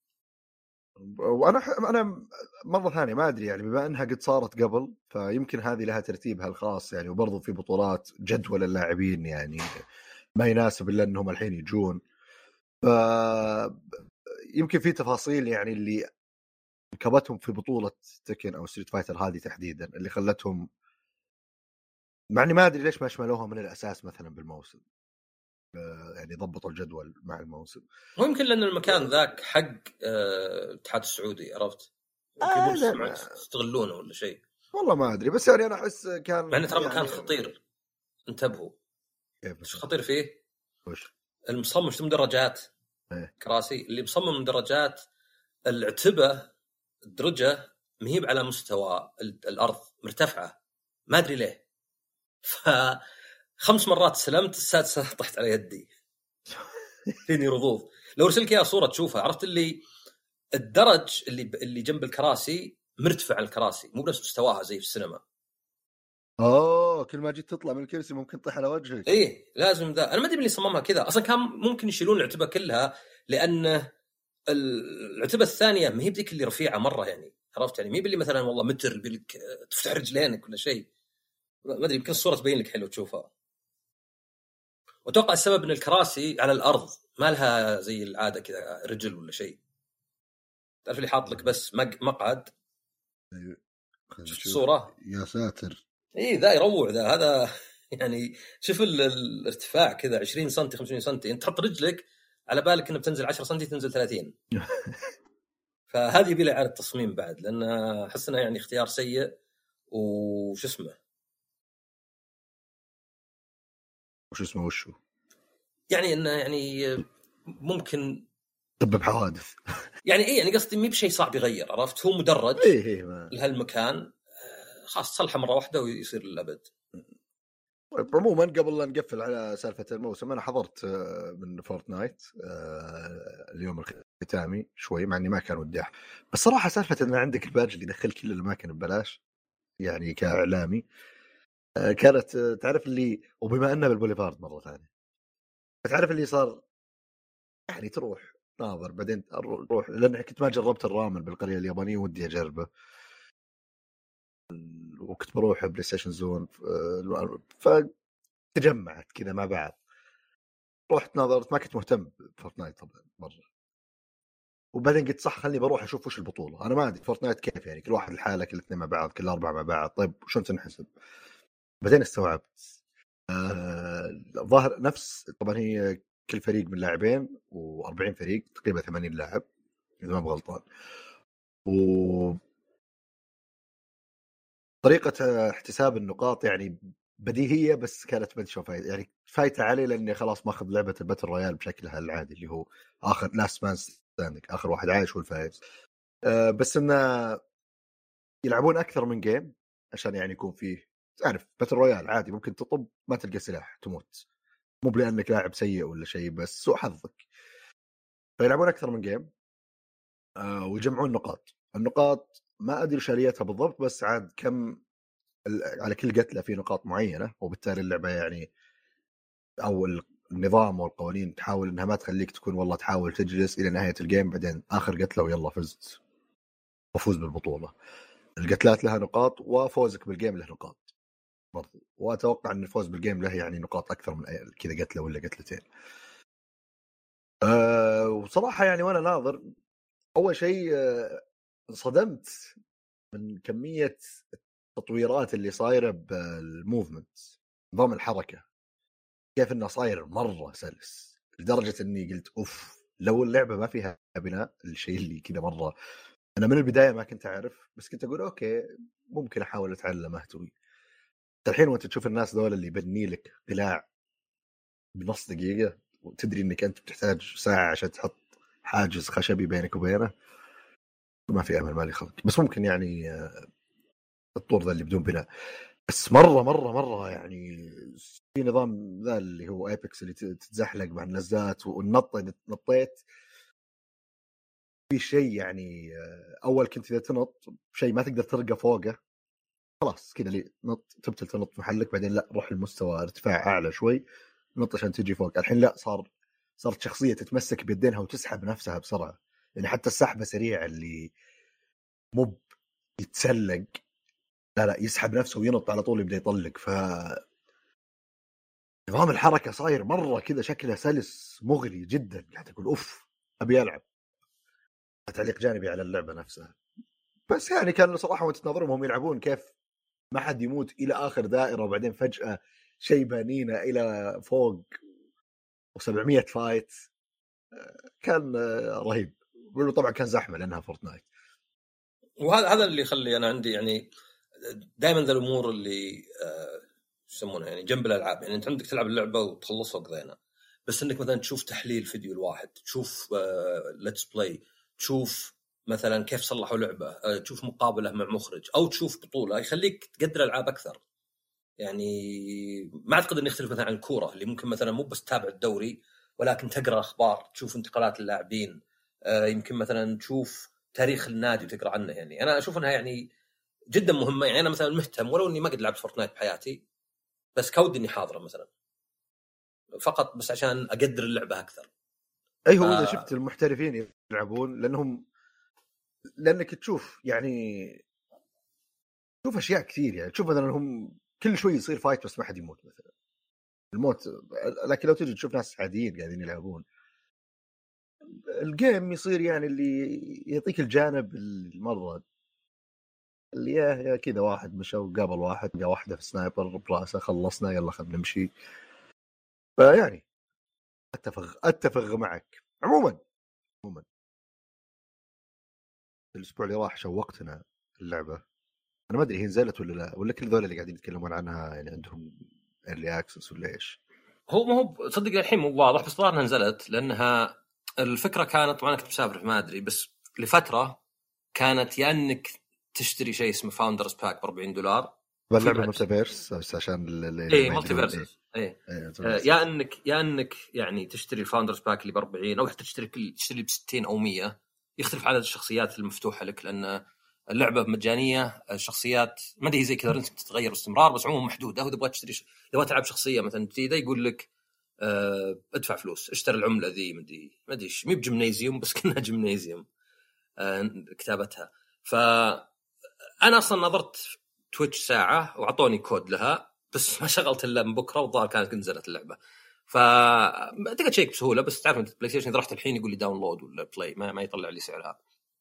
وانا مره ثانيه ما ادري يعني بما انها قد صارت قبل فيمكن هذه لها ترتيبها الخاص يعني، وبرضه في بطولات جدول اللاعبين يعني ما يناسب الا انهم الحين يجون. ف يمكن في تفاصيل يعني اللي كبتهم في بطولة تكن أو ستريت فايتر هذه تحديدا اللي خلتهم، معني ما أدري ليش ما شملوها من الأساس مثلا بالموسم، يعني ضبطوا الجدول مع الموسم.
ويمكن لأن المكان ذاك حق الاتحاد السعودي، عرفت؟ يستغلونه ولا شيء
والله ما أدري، بس يعني أنا أحس كان
يعني ترى
يعني
مكان خطير. انتبهوا ايش خطير فيه؟
وش
المصمم في مدرجات كراسي اللي مصمم مدرجات العتبة الدرجة مهيب على مستوى الأرض مرتفعة، ما أدري ليه. 5 مرات سلمت، السادسة طحت على يدي فيني رضوض. لو رسلك يا صورة تشوفها، عرفت اللي الدرج اللي جنب الكراسي مرتفع الكراسي، مو بنفس مستواها زي في السينما.
كل ما جيت تطلع من الكرسي ممكن تطيح على وجهك.
ايه لازم ذا. انا ما ادري اللي صممها كذا اصلا. كان ممكن يشيلون العتبه كلها، لان العتبه الثانيه ما هي بذيك اللي رفيعه مره يعني، عرفت يعني، ما هي باللي مثلا والله متر بلك تفتح رجلينك ولا شيء. ما ادري، يمكن الصوره تبين لك حلو تشوفها. واتوقع السبب ان الكراسي على الارض ما لها زي العاده كذا رجل ولا شيء. تعرف اللي حاط لك بس مقعد. شفت الصوره؟
يا ساتر.
ايه ذا يروع ذا. هذا يعني شوف الارتفاع كذا 20 سم 25 سم، انت تحط رجلك على بالك انه بتنزل 10 سم تنزل 30. فهذه يبي له اعاده تصميم بعد، لان احس انها يعني اختيار سيء. وش اسمه
وشو
يعني انه يعني ممكن
سبب حوادث.
يعني ايه يعني قصدي مي بشيء صعب يغير، عرفت؟ هو مدرج لهالمكان، خلاص صلحه مره واحده ويصير للابد.
طيب عموما قبل لا نقفل على سالفه الموسم، انا حضرت من فورتنايت اليوم الختامي شوي، مع اني ما كان ودي بس صراحه سالفه ان عندك الباج اللي يدخل كل الاماكن ببلاش يعني كاعلامي كانت تعرف اللي، وبما انه بالبوليفارد مره ثانيه، تعرف اللي صار يعني تروح ناظر بعدين روح، لان كنت ما جربت الرامن بالقريه اليابانيه ودي اجربه، وكنت بروح بلاي ستيشن زون، فتجمعت كذا مع بعض، رحت نظرت، ما كنت مهتم بفورتنايت طبعا مره، وبعدين قلت صح خلني بروح اشوف وش البطوله. انا ما ادري فورتنايت كيف يعني، كل واحد لحاله، كل اثنين مع بعض، كل اربعه مع بعض، طيب شلون تنحسب؟ بعدين استوعبت ظاهر نفس، طبعا هي كل فريق من لاعبين و40 فريق تقريبا 80 لاعب اذا ما بغلطان، و طريقه احتساب النقاط يعني بديهيه، بس كانت ما ادري فايده يعني، فايته علي لاني خلاص ماخذ لعبه الباتل رويال بشكلها العادي اللي هو اخر لاست مان ستاندينج، اخر واحد عايش هو الفائز. بس انه يلعبون اكثر من جيم عشان يعني يكون فيه، تعرف باتل رويال عادي ممكن تطب ما تلقى سلاح تموت، مو بلانك لاعب سيء ولا شيء، بس سوء حظك. فيلعبون اكثر من جيم ويجمعون نقاط. النقاط ما ادري شاليتها بالضبط، بس عاد كم على كل قتله في نقاط معينه، وبالتالي اللعبه يعني او النظام والقوانين تحاول انها ما تخليك تكون والله تحاول تجلس الى نهايه الجيم بعدين اخر قتله ويلا فزت وفوز بالبطوله. القتلات لها نقاط، وفوزك بالجيم له نقاط برضو، واتوقع ان الفوز بالجيم له يعني نقاط اكثر من كذا قتله ولا قتلتين. وصراحه يعني وانا ناظر، اول شيء انصدمت من كميه التطويرات اللي صايره بالموفمنت، نظام الحركه كيف انه صاير مره سلس، لدرجه اني قلت اوف لو اللعبه ما فيها بناء، الشيء اللي كذا مره انا من البدايه ما كنت اعرف، بس كنت اقول اوكي ممكن احاول اتعلم اهتوي. الحين وانت تشوف الناس ذول اللي يبني لك قلاع بنص دقيقه، وتدري انك انت بتحتاج ساعه عشان تحط حاجز خشبي بينك وبينه، ما في امل مالي خلق، بس ممكن يعني الطور ذا اللي بدون بناء. بس مره يعني في نظام ذا اللي هو ايبكس اللي تتزحلق مع النزات والنط اذا نطيت في شيء يعني، اول كنت اذا تنط شيء ما تقدر ترقى فوقه خلاص كذا لي نط تبتل تنط محلك، بعدين لا روح المستوى ارتفاع اعلى شوي نط عشان تجي فوق. الحين لا، صارت شخصيه تتمسك بيدينها وتسحب نفسها بسرعه، يعني حتى السحبه سريعه اللي مو يتسلق، لا يسحب نفسه وينط على طول يبدا يطلق. ف نظام الحركه صاير مره كذا شكله سلس مغري جدا، قاعد اقول اوف ابي العب. تعليق جانبي على اللعبه نفسها، بس يعني كان صراحه وانت تناظرهم هم يلعبون كيف ما حد يموت الى اخر دائره، وبعدين فجاه شيء بانينه الى فوق و700 فايت، كان رهيب. طبعا كان زحمه لانها فورتنايت،
وهذا اللي يخلي انا عندي يعني دائما ذا الامور اللي يسمونها يعني جنب الالعاب. يعني انت عندك تلعب اللعبه وتخلصها وقضينا، بس انك مثلا تشوف تحليل فيديو الواحد، تشوف ليتس بلاي، تشوف مثلا كيف صلحوا لعبه، تشوف مقابله مع مخرج، او تشوف بطوله، يخليك تقدر الالعاب اكثر. يعني ما اعتقد انه يختلف مثلا عن الكوره اللي ممكن مثلا مو بس تتابع الدوري، ولكن تقرا اخبار، تشوف انتقالات اللاعبين، يمكن مثلا تشوف تاريخ النادي وتقرا عنه. يعني انا اشوف انها يعني جدا مهمه. يعني انا مثلا مهتم ولو اني ما قد لعبت فورتنايت بحياتي، بس كود اني حاضره مثلا فقط بس عشان اقدر اللعبه اكثر.
اي هو اذا شفت المحترفين يلعبون لانك تشوف يعني تشوف اشياء كثير. يعني تشوف مثلا هم كل شوي يصير فايت بس ما حد يموت مثلا الموت. لكن لو تجي تشوف ناس عاديين قاعدين يلعبون الجيم يصير يعني اللي يعطيك الجانب المرض اللي يا كذا واحد مشى وقابل واحد جاء واحده في سنايبر براسه خلصنا يلا خلينا نمشي. فيعني اتفق معك. عموما الاسبوع اللي راح شوقتنا اللعبه. انا ما ادري هي نزلت ولا لا، ولا كل ذول اللي قاعدين يتكلمون عنها يعني عندهم ايرلي اكسس ولا ايش؟
هو ما هو صدق الحين مو واضح، بس ظاهر انها نزلت لانها الفكره كانت طبعا كنت مسافر ما ادري، بس لفتره كانت يا انك تشتري شيء اسمه فاوندرز باك ب $40
اللعبه ملتيفيرس بس عشان
اي ملتيفيرس يا انك يعني تشتري الفاوندرز باك اللي ب 40 او حتى تشتري ب 60 او 100. يختلف عدد الشخصيات المفتوحه لك لان اللعبه مجانيه. الشخصيات ما ادري زي كذا انت تتغير باستمرار، بس عموما محدوده. واذا تبغى تشتري تبغى تلعب شخصيه مثلا جديده يقول لك ادفع فلوس اشتري العمله ذي ما ادري ايش مي بجمنيزيوم بس كنا جمنيزيوم كتابتها. فانا اصلا نظرت تويتش ساعه وعطوني كود لها بس ما شغلت الا من بكره والظاهر كانت نزلت اللعبه. تقدر تشيك بسهوله، بس تعرف انت بلاي ستيشن اذا رحت الحين يقول لي داونلود ولا بلاي ما يطلع لي سعرها.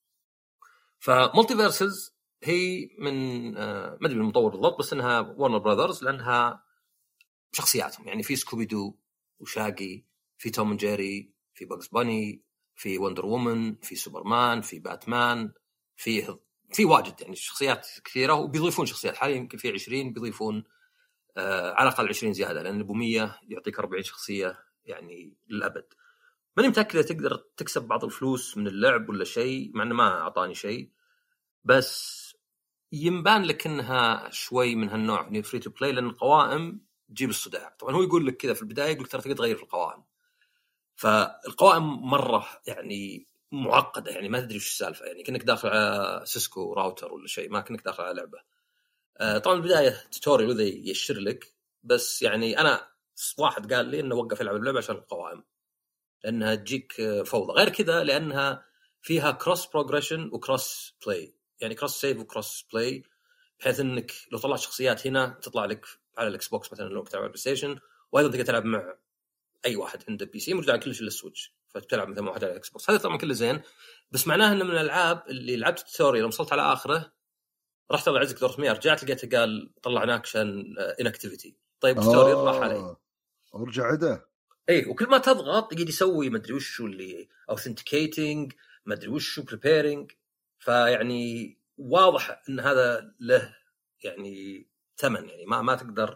فمالتي فيرسز هي من ما ادري المطور بالضبط، بس انها وارنر براذرز لانها شخصياتهم يعني في سكوبيدو وشاقي، في توم جيري، في باكس باني، في وندر وومن، في سوبرمان، في باتمان، في واجد يعني شخصيات كثيره. وبيضيفون شخصيات حاليا يمكن في 20 بيضيفون على الاقل 20 زياده، لان ابو 100 يعطيك 40 شخصيه يعني للابد. ماني متاكد اذا تقدر تكسب بعض الفلوس من اللعب ولا شيء، مع انه ما اعطاني شيء، بس ينبان لك انها شوي من هالنوع من فري تو بلاي، لان القوائم تجيب الصداع. طبعا هو يقول لك كذا في البدايه، يقول لك ترى تقدر تغير في القوائم. فالقوائم مره يعني معقده، يعني ما تدري وش السالفه، يعني كأنك داخل على سيسكو راوتر ولا شيء، ما كأنك داخل على لعبه. طبعا البدايه توتوريال وذا يشر لك، بس يعني انا واحد قال لي انه وقف يلعب اللعبه عشان القوائم، لانها تجيك فوضى. غير كذا لانها فيها كروس بروجريشن وكروس بلاي، يعني كروس سيف وكروس بلاي، بحيث انك لو طلعت شخصيات هنا تطلع لك على الاكس بوكس مثلا لو تلعب على البلاي ستيشن، وايضا تقدر تلعب مع اي واحد عنده بي سي موجود على كلش الا السويتش، فتلعب مثلا واحد على الاكس بوكس. هذا طبعا كله زين، بس معناه انه من الالعاب اللي لعبت التوتوريال وصلت على اخره، رحت الله يعزك دور 100 رجعت لقيته قال طلعناك عشان انكتيفيتي. طيب التوتوريال راح علي
ارجع عده.
اي وكل ما تضغط يقعد يسوي ما ادري وش اللي اوثنتيكيتنج ما ادري وش بريبيرنج. فيعني واضح ان هذا له يعني ثمن، يعني ما تقدر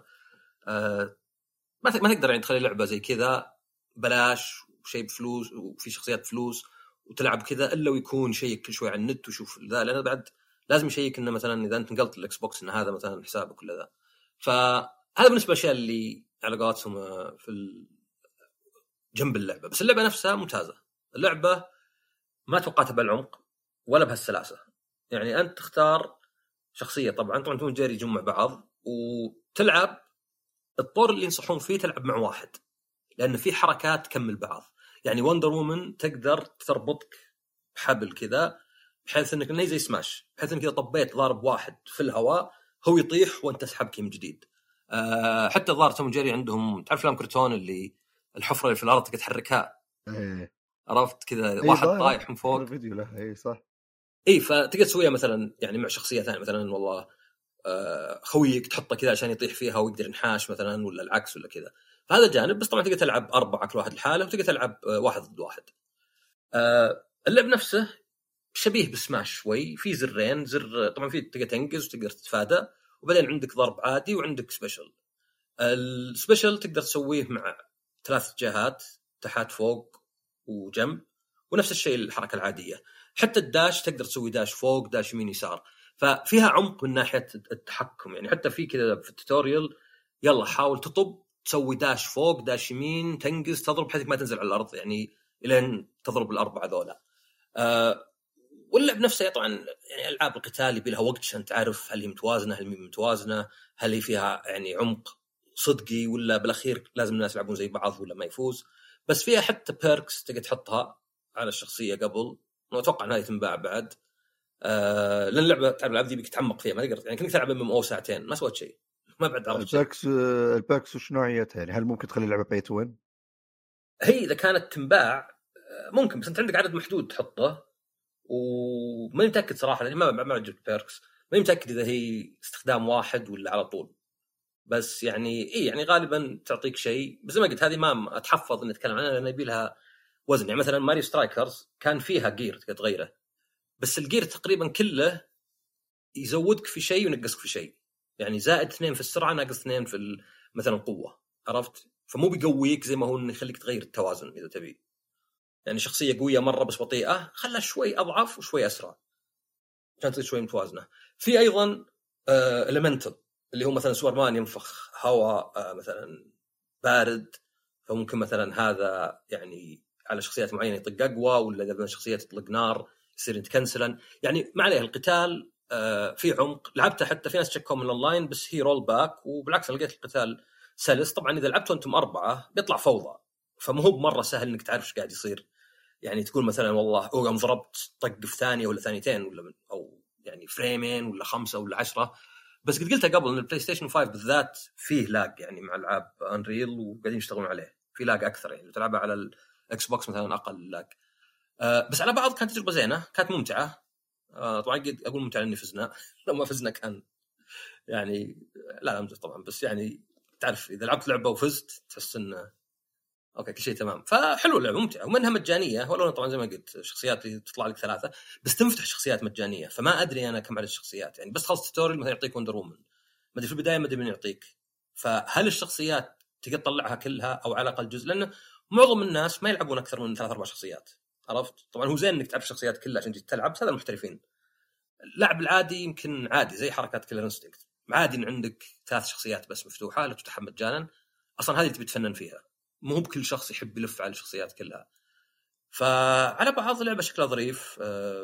ما تقدر يعني تخلي لعبه زي كذا بلاش وشيء بفلوس وفي شخصيات فلوس وتلعب كذا الا ويكون شيء كل شوي على النت وشوف ذا، لانه بعد لازم يشيك انه مثلا اذا انت نقلت الاكس بوكس ان هذا مثلا حسابك ولا ذا. فهذا بالنسبه للاشياء اللي على قولتهم في جنب اللعبه. بس اللعبه نفسها ممتازه. اللعبه ما توقعتها بالعمق ولا بهالسلاسه. يعني انت تختار شخصيه، طبعا توم جيري يجمع بعض وتلعب. الطور اللي ينصحون فيه تلعب مع واحد، لأن في حركات تكمل بعض. يعني وندر وومن تقدر تربطك بحبل كذا بحيث انك انه زي سماش، بحيث انك اذا طبيت ضارب واحد في الهواء هو يطيح وانت تسحبك من جديد. حتى الظاهر توم جيري عندهم تعرف فيلم كرتون اللي الحفره اللي في الارض تقدر تحركها، عرفت كذا واحد طايح من فوق
فيديو له. اي صح،
اي فتقدر تسويها مثلا يعني مع شخصيه ثانيه، مثلا والله خويك تحطه كذا عشان يطيح فيها ويقدر ينحاش مثلا، ولا العكس ولا كذا. فهذا جانب. بس طبعا تقدر تلعب 4 كل واحد لحاله، وتقدر تلعب 1 ضد 1. اللعب نفسه شبيه بسماش شوي، في زرين، زر طبعا في تقدر تنقز وتقدر تتفادى، وبعدين عندك ضرب عادي وعندك سبيشل. السبيشل تقدر تسويه مع 3 جهات، تحت فوق وجنب، ونفس الشيء الحركة العادية. حتى الداش تقدر تسوي داش فوق داش يمين يسار، ففيها عمق من ناحية التحكم. يعني حتى في كذا في التوتوريال يلا حاول تطب تسوي داش فوق داش يمين تنقز تضرب بحيث ما تنزل على الأرض، يعني إلين تضرب ال4 ذولا. واللعب نفسه طبعا يعني العاب القتال يبي لها وقت عشان تعرف هل هي متوازنه، هل هي متوازنه، هل هي فيها يعني عمق صدقي، ولا بالاخير لازم الناس يلعبون زي بعض ولا ما يفوز. بس فيها حتى بيركس تقدر تحطها على الشخصيه قبل، واتوقع انها تنباع بعد. لان اللعبه تعرف الالعاب دي بيك تتعمق فيها، ما تقدر يعني كنت تلعب MMO ساعتين ما سويت شيء، ما بعد عرفت شيء.
الباكس وش نوعيتها يعني؟ هل ممكن تخلي اللعبه باي تو وين؟
هي اذا كانت تنباع ممكن، بس انت عندك عدد محدود تحطه، وما متاكد صراحه لاني ما جبت بيركس، ما متاكد اذا هي استخدام واحد ولا على طول. بس يعني يعني غالبا تعطيك شيء، بس زي ما قلت هذه ما اتحفظ اني اتكلم عنها لان يبي لها وزن. يعني مثلا ماريو سترايكرز كان فيها جير تقدر تغيره، بس الجير تقريبا كله يزودك في شيء وينقصك في شيء، يعني زائد 2 في السرعه ناقص 2 في مثلا القوه، عرفت؟ فمو بيقويك زي ما هو انه يخليك تغير التوازن اذا تبي. يعني شخصيه قويه مره بس بطيئه خلها شوي اضعف وشوي اسرع عشان تصير شوي متوازنه. في ايضا اليمنتال اللي هو مثلا سوبرمان ينفخ هواء مثلا بارد، فممكن مثلا هذا يعني على شخصيات معينه يطق اقوى، ولا اذا شخصيه تطلق نار يصير يتكنسلا. يعني ما عليه القتال في عمق. لعبته حتى في ناس تشكوا من الاونلاين بس هي رول باك، وبالعكس لقيت القتال سلس. طبعا اذا لعبتوا انتم 4 بيطلع فوضى، فمو بمره سهل انك تعرف ايش قاعد يصير. يعني تقول مثلا والله يوم ضربت طق في ثانيه ولا ثانيتين ولا او يعني فريمين ولا 5 ولا 10. بس قد قلتها قبل ان البلاي ستيشن 5 بالذات فيه لاج يعني مع العاب انريل، وقاعدين يشتغلون عليه في لاج اكثر. يعني تلعبها على الاكس بوكس مثلا اقل لاج. بس على بعض كانت تجربه زينه، كانت ممتعه. طبعا قد اقول ممتعه اني فزنا لو ما فزنا كان يعني لا امزح طبعا، بس يعني تعرف اذا لعبت لعبه وفزت تحس انه اوكي كل شيء تمام. فحلو اللعبه ممتعه، ومنها مجانيه، ولو طبعا زي ما قلت شخصيات اللي تطلع لك 3 بس تنفتح شخصيات مجانيه، فما ادري انا كم عدد الشخصيات يعني. بس خلص توتوريال مثلا يعطيك وندر وومن، ما ادري في البدايه ما ادري من يعطيك، فهل الشخصيات تقدر تطلعها كلها او على الاقل جزء؟ لانه معظم الناس ما يلعبون اكثر من 3 4 شخصيات، عرفت؟ طبعا هو زين انك تعرف الشخصيات كلها عشان تلعب، بس هذا المحترفين. اللاعب العادي يمكن عادي زي حركات كيلر انستنكت، عادي ان عندك 3 شخصيات بس مفتوحه لا تفتحها مجانا، اصلا هذه تبي تفنن فيها، مو بكل شخص يحب يلف على الشخصيات كلها. فعلى بعض اللعبه شكلها ظريف،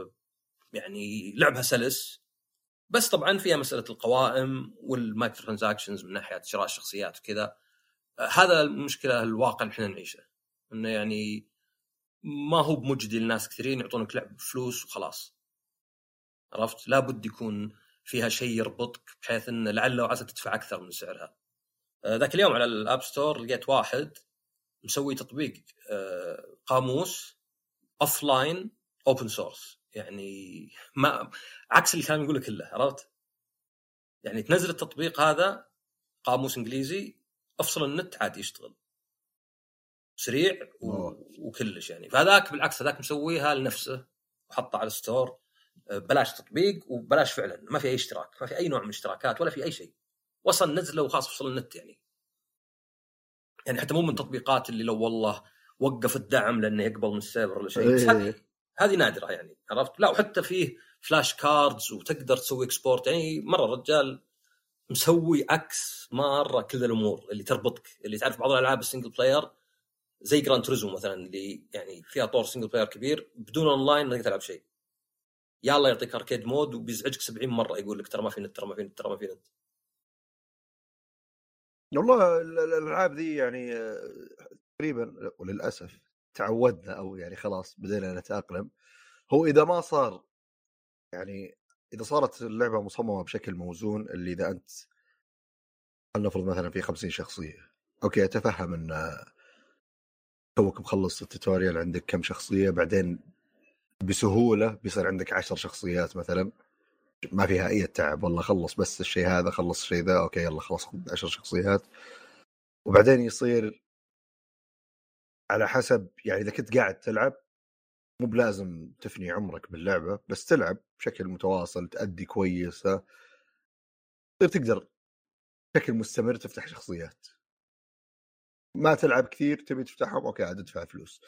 يعني لعبها سلس، بس طبعا فيها مساله القوائم والمايكرو ترانزاكشنز من ناحيه شراء الشخصيات وكذا. هذا المشكله الواقع اللي احنا نعيشه، انه يعني ما هو بمجدي للناس كثيرين يعطونك لعب بفلوس وخلاص، عرفت؟ لابد يكون فيها شيء يربطك بحيث ان لعل وعسى تدفع اكثر من سعرها. ذاك اليوم على الاب ستور لقيت واحد مسوي تطبيق قاموس اوفلاين اوبن سورس، يعني ما عكس اللي كان يقول لك كله، عرفت؟ يعني تنزل التطبيق هذا قاموس انجليزي، افصل النت عادي يشتغل سريع وكلش يعني. فهذاك بالعكس هذاك مسويها لنفسه وحطها على الستور بلاش تطبيق وبلاش فعلا، ما في اي اشتراك، ما في اي نوع من الاشتراكات ولا في اي شيء، وصل نزله وخاص فصل النت يعني حتى مو من تطبيقات اللي لو والله وقف الدعم لانه يقبل من السيرفر ولا شيء. بس هذه نادره يعني، عرفت؟ لا وحتى فيه فلاش كاردز وتقدر تسوي اكسبورت، يعني مره الرجال مسوي عكس مره كل الامور اللي تربطك. اللي تعرف بعض الالعاب السنجل بلاير زي جراند توريزمو مثلا اللي يعني فيها طور سنجل بلاير كبير بدون اونلاين ما تقدر تلعب شيء، يلا يعطيك اركيد مود وبيزعجك 70 مره يقول لك ترى ما في نت، ترى ما في نت، ترى ما في نت.
والله الالعاب ذي يعني تقريبا وللاسف تعودنا او يعني خلاص بدينا نتاقلم. هو اذا ما صار يعني اذا صارت اللعبه مصممه بشكل موزون، اللي اذا انت نفرض مثلا في 50 شخصيه، اوكي اتفهم ان توك مخلص التوتوريال عندك كم شخصيه، بعدين بسهوله بيصير عندك 10 شخصيات مثلا ما فيها اي تعب، والله خلص بس الشيء هذا خلص الشيء ذا، اوكي يلا خلاص 10 شخصيات. وبعدين يصير على حسب يعني اذا كنت قاعد تلعب مو بلازم تفني عمرك باللعبه، بس تلعب بشكل متواصل تأدي كويس، تقدر بشكل مستمر تفتح شخصيات. ما تلعب كثير تبي تفتحهم، اوكي عاد ادفع فلوس.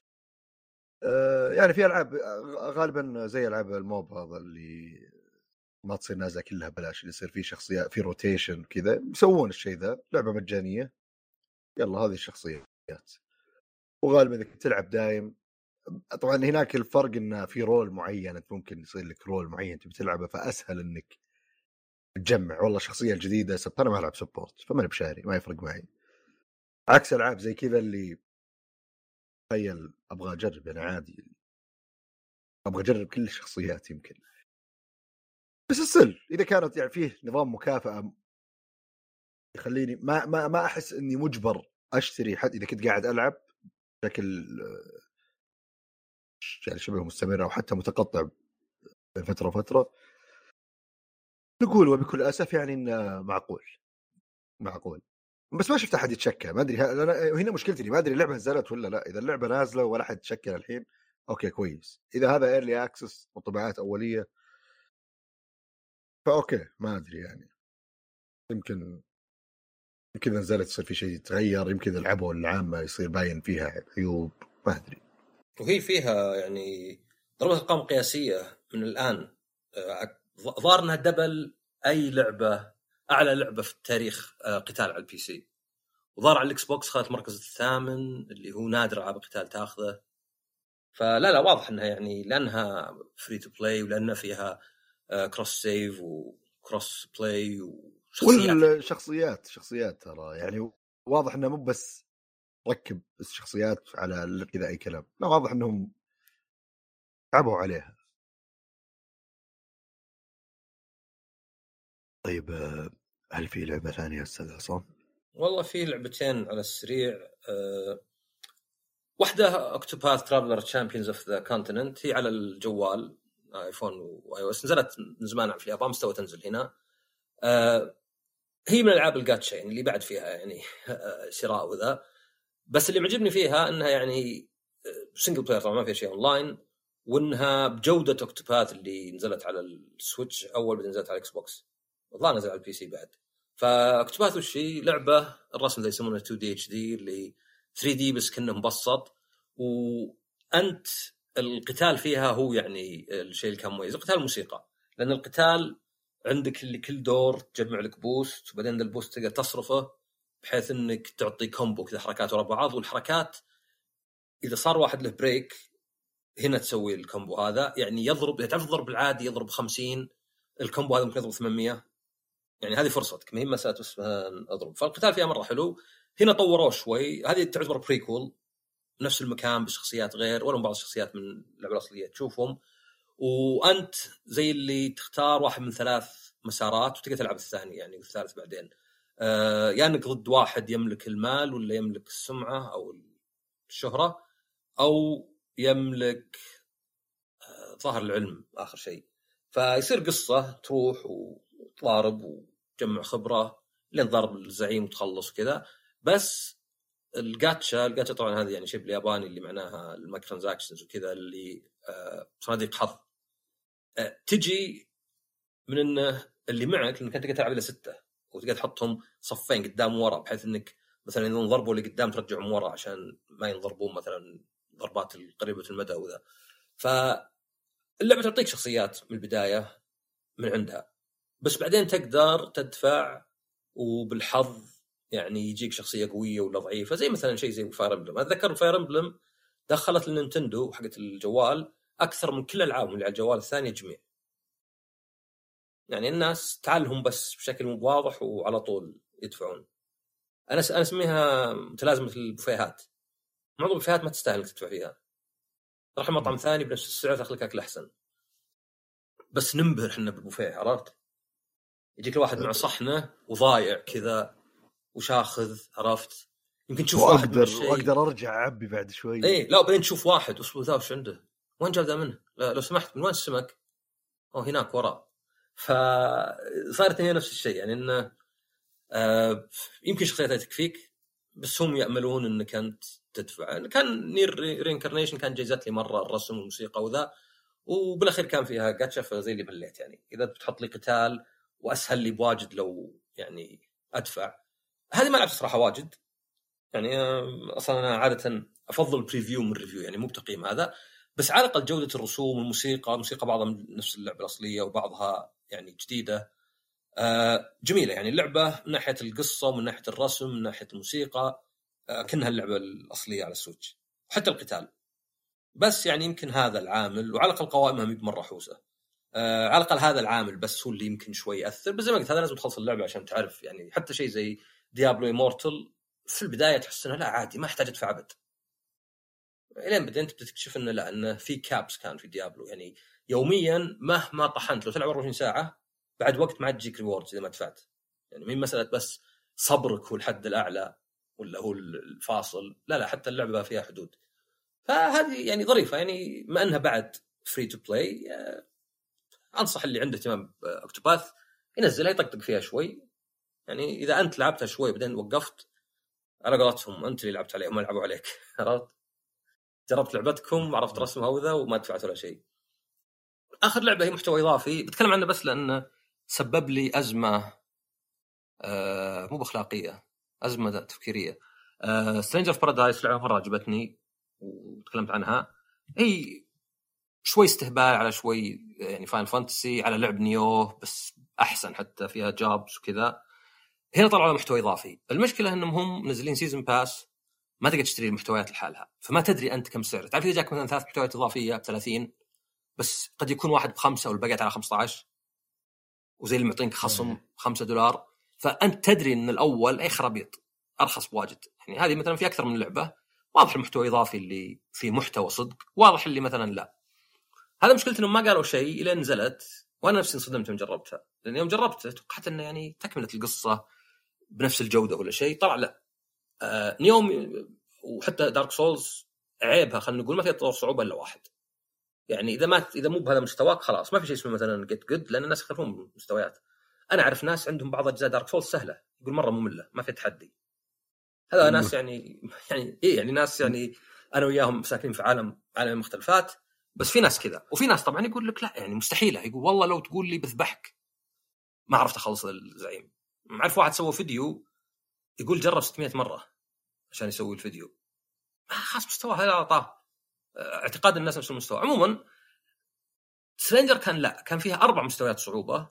يعني في العاب غالبا زي العاب الموب هذا اللي ما تصير نازله كلها بلاش، اللي يصير فيه شخصيات في روتيشن كذا، يسوون الشيء ذا لعبه مجانيه، يلا هذه الشخصيات. وغالبا اذا كنت تلعب دايم طبعا هناك الفرق انه في رول معين، انت ممكن يصير لك رول معين تبي تلعبه، فاسهل انك تجمع والله شخصيه جديده. انا ما العب سبورت فماني بشاري، ما يفرق معي، عكس العاب زي كذا اللي تخيل ابغى اجرب انا عادي، ابغى اجرب كل الشخصيات يمكن. بس السل اذا كانت يعني فيه نظام مكافاه يخليني ما احس اني مجبر اشتري، حتى اذا كنت قاعد العب بشكل يعني شبه مستمر او حتى متقطع بين فتره وفتره، نقول وبكل اسف يعني انه معقول. بس ما شفت احد يتشكى، ما ادري هنا مشكلتي ما ادري اللعبه نزلت ولا لا. اذا اللعبه نازله ولا احد تشكى الحين اوكي كويس، اذا هذا ايرلي اكسس وطبعات اوليه فاوكي ما ادري يعني، يمكن نزلت يصير في شيء يتغير، يمكن العبوا العامه يصير باين فيها عيوب، ما ادري.
وهي فيها يعني ضربة أرقام قياسية من الآن، ظهر انها دبل اي لعبه، اعلى لعبه في التاريخ قتال على البي سي. وظهر على الاكس بوكس خذت المركز الثامن اللي هو نادر العاب القتال تاخذه. فلا واضح انها يعني لانها فري تو بلاي ولانها فيها كروس سيف وكروس بلاي
والشخصيات ترى يعني واضح انه مو بس ركب الشخصيات على كذا اي كلام، لا واضح انهم تعبوا عليها. طيب هل في لعبة ثانية أستاذ عصام؟
والله في لعبتين على السريع. واحدة أكتوباث ترافلر تشامبيونز اوف ذا كونتيننت، هي على الجوال ايفون واي او اس، نزلت من زمان في اليابان، مستوى تنزل هنا. هي من العاب الجاتشا يعني اللي بعد فيها يعني شراء وذا. بس اللي معجبني فيها انها يعني سنجل بلاير، طبعا ما فيها شيء اونلاين، وانها بجوده اوكتوباث اللي نزلت على السويتش اول بدأ نزلت على الاكس بوكس، والله نزل على البي سي بعد. فاكتوباث وش هي؟ لعبه الرسم زي يسمونه 2 دي اتش دي، اللي 3 دي بس كأنه مبسط، وانت القتال فيها هو يعني الشيء اللي كان مميز القتال الموسيقى، لان القتال عندك اللي كل دور تجمع لك بوست، وبعدين البوست تقدر تصرفه بحيث انك تعطي كومبو كذا حركات ورا بعض، والحركات اذا صار واحد له بريك هنا تسوي الكومبو هذا. يعني يضرب، اذا تعرف الضرب العادي يضرب 50، الكومبو هذا ممكن يضرب 800. يعني هذه فرصتك، ما هي مساله بس اضرب. فالقتال فيها مره حلو. هنا طوروه شوي، هذه تعتبر بريكول، نفس المكان بشخصيات غير، ولا بعض الشخصيات من اللعبه الاصليه تشوفهم، وانت زي اللي تختار واحد من 3 مسارات وتقدر تلعب الثاني يعني والثالث بعدين. يعني انك ضد واحد يملك المال ولا يملك السمعه او الشهره، او يملك ظاهر العلم اخر شيء. فيصير قصه تروح وتضارب وتجمع خبره لين ضرب الزعيم وتخلص وكذا. بس الجاتشا طبعا هذه يعني شيء بالياباني اللي معناها المايكرو ترانزاكشنز وكذا، اللي صناديق حظ. تجي من انه اللي معك انك انت تلعب الى 6 وتقدر تحطهم صفين قدام ورا، بحيث انك مثلا اذا انضربوا اللي قدام ترجعهم ورا عشان ما ينضربون مثلا ضربات القريبه المدى وذا. فاللعبه تعطيك شخصيات من البدايه من عندها، بس بعدين تقدر تدفع وبالحظ يعني يجيك شخصيه قويه ولا ضعيفه، زي مثلا شيء زي فاير امبلم. اتذكر فاير امبلم دخلت النينتندو حقت الجوال اكثر من كل العابهم اللي على الجوال الثاني جميع. يعني الناس تعالهم بس بشكل مو واضح وعلى طول يدفعون. انا اسميها متلازمه البوفيهات. معظم البوفيهات ما تستاهل انك تدفع فيها، راح مطعم ثاني بنفس السعر تاخذ لك اكل احسن، بس ننبهر احنا بالبوفيه. عرفت؟ يجيك الواحد مع صحنه وضايع كذا وشاخذ، عرفت؟ يمكن تشوف واحد من الشيء
واقدر ارجع اعبي بعد شوي.
ايه لا، بعدين تشوف واحد اصبر ذا وش عنده، وين جاب ذا منه؟ لا لو سمحت من وين السمك؟ هناك وراء. فصارت هي نفس الشيء، يعني انه يمكن شخصيتها تكفيك بس هم يأملون انك انت تدفع. كان نير رينكارنيشن كان جايزت لي مره الرسم والموسيقى وذا، وبالاخير كان فيها جاتشا، فزي اللي مليت. يعني اذا بتحط لي قتال واسهل لي بواجد لو يعني ادفع. هذه ما لعبت صراحه واجد يعني. اصلا انا عاده افضل بريفيو من ريفيو، يعني مو بتقييم هذا. بس على الاقل جوده الرسوم والموسيقى، الموسيقى بعضها من نفس اللعبه الاصليه وبعضها يعني جديده. جميله يعني اللعبه من ناحيه القصه ومن ناحيه الرسم من ناحيه الموسيقى، كأنها اللعبه الاصليه على السويتش. حتى القتال بس يعني يمكن هذا العامل، وعلى الاقل قوائمها مي بمره حوسه. على الاقل هذا العامل بس هو اللي يمكن شوي ياثر. بس زي ما قلت هذا لازم تخلص اللعبه عشان تعرف. يعني حتى شيء زي ديابلو إيمورتال في البدايه تحس انه لا عادي ما احتاج ادفع ابد، الين بعدين انت بتكتشف انه لا، انه في كابس كان في ديابلو. يعني يوميا مهما طحنت لو تلعب 24 ساعه بعد وقت ما تجيك ريوردز اذا ما دفعت. يعني مين مساله بس صبرك هو الحد الاعلى ولا هو الفاصل، لا حتى اللعبه فيها حدود. فهذه يعني ظريفه. يعني ما انها بعد فري تو بلاي، انصح اللي عنده اهتمام باوكتوباث ينزلها يطقطق فيها شوي. يعني اذا انت لعبتها شوي بعدين وقفت، على قولتهم انت اللي لعبت عليهم ما لعبوا عليك. عرفت؟ جربت لعبتكم وعرفت رسمها وذا وما دفعت ولا شيء. اخر لعبه هي محتوى اضافي بتكلم عنه بس لانه سبب لي ازمه مو باخلاقيه، ازمه تفكيريه. سترينجر بارادايس لعبه مره عجبتني وتكلمت عنها. هي شوي استهبال على شوي يعني فاين فانتسي على لعب نيو بس احسن، حتى فيها جابس وكذا. هنا طلعوا على محتوى اضافي. المشكله انهم هم منزلين سيزن باس ما تقدر تشتري المحتويات لحالها، فما تدري انت كم سعر. تعرف اذا جاك مثلا 3 محتويات اضافيه ب30 بس قد يكون واحد ب5 والباقي على 15، وزي اللي معطينك خصم $5، فانت تدري ان الاول اي خرابيط ارخص بواجد. يعني هذه مثلا في اكثر من لعبه واضح المحتوى الاضافي اللي فيه محتوى صدق، واضح اللي مثلا لا. هذا مشكلته انهم ما قالوا شيء الى نزلت، وانا نفسي انصدمت يوم جربتها. لان يوم جربتها توقعت انه يعني تكمله القصه بنفس الجوده ولا شيء، طلع لا. نيوم وحتى دارك سولز عيبها خلينا نقول ما فيها تطور صعوبه الا واحد. يعني اذا مو بهذا مستواك خلاص ما في شيء اسمه مثلا جيت جود، لان الناس يختلفون مستويات. انا اعرف ناس عندهم بعض اجزاء دارك سولز سهله يقول مره ممله ما في تحدي. هذا ناس يعني يعني ناس يعني انا وياهم ساكنين في عالم مختلفات. بس في ناس كذا، وفي ناس طبعا يقول لك لا يعني مستحيله. يقول والله لو تقول لي بذبحك ما عرفت اخلص الزعيم. معرف واحد سوى فيديو يقول جرب 600 مره عشان يسوي الفيديو، خاص مستوى هذا اعطاه اعتقاد الناس نفس المستوى. عموما سترينجر كان فيها 4 مستويات صعوبه،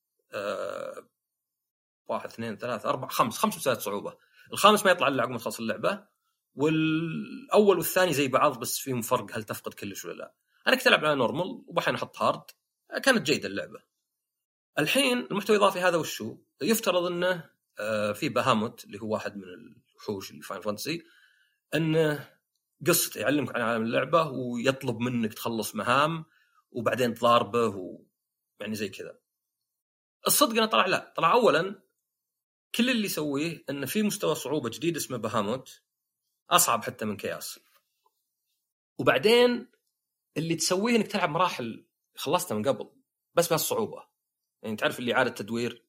1 2 3 4 5 مستويات صعوبه. الخامس ما يطلع الا عقب ما تخلص اللعبه، والاول والثاني زي بعض بس فيهم فرق هل تفقد كلش ولا لا. انا كنت العب على نورمال وبحين احط هارد، كانت جيده اللعبه. الحين المحتوى الاضافي هذا وشو يفترض انه في بهاموت اللي هو واحد من الوحوش اللي فاين فانتسي، انه قصة يعلمك عن عالم اللعبة ويطلب منك تخلص مهام وبعدين تضاربه يعني زي كذا. الصدق أنا طلع أولا كل اللي يسويه أنه في مستوى صعوبة جديد اسمه بهاموت أصعب حتى من كياس، وبعدين اللي تسويه أنك تلعب مراحل خلصتها من قبل بس بهالصعوبة. يعني تعرف اللي عادة تدوير،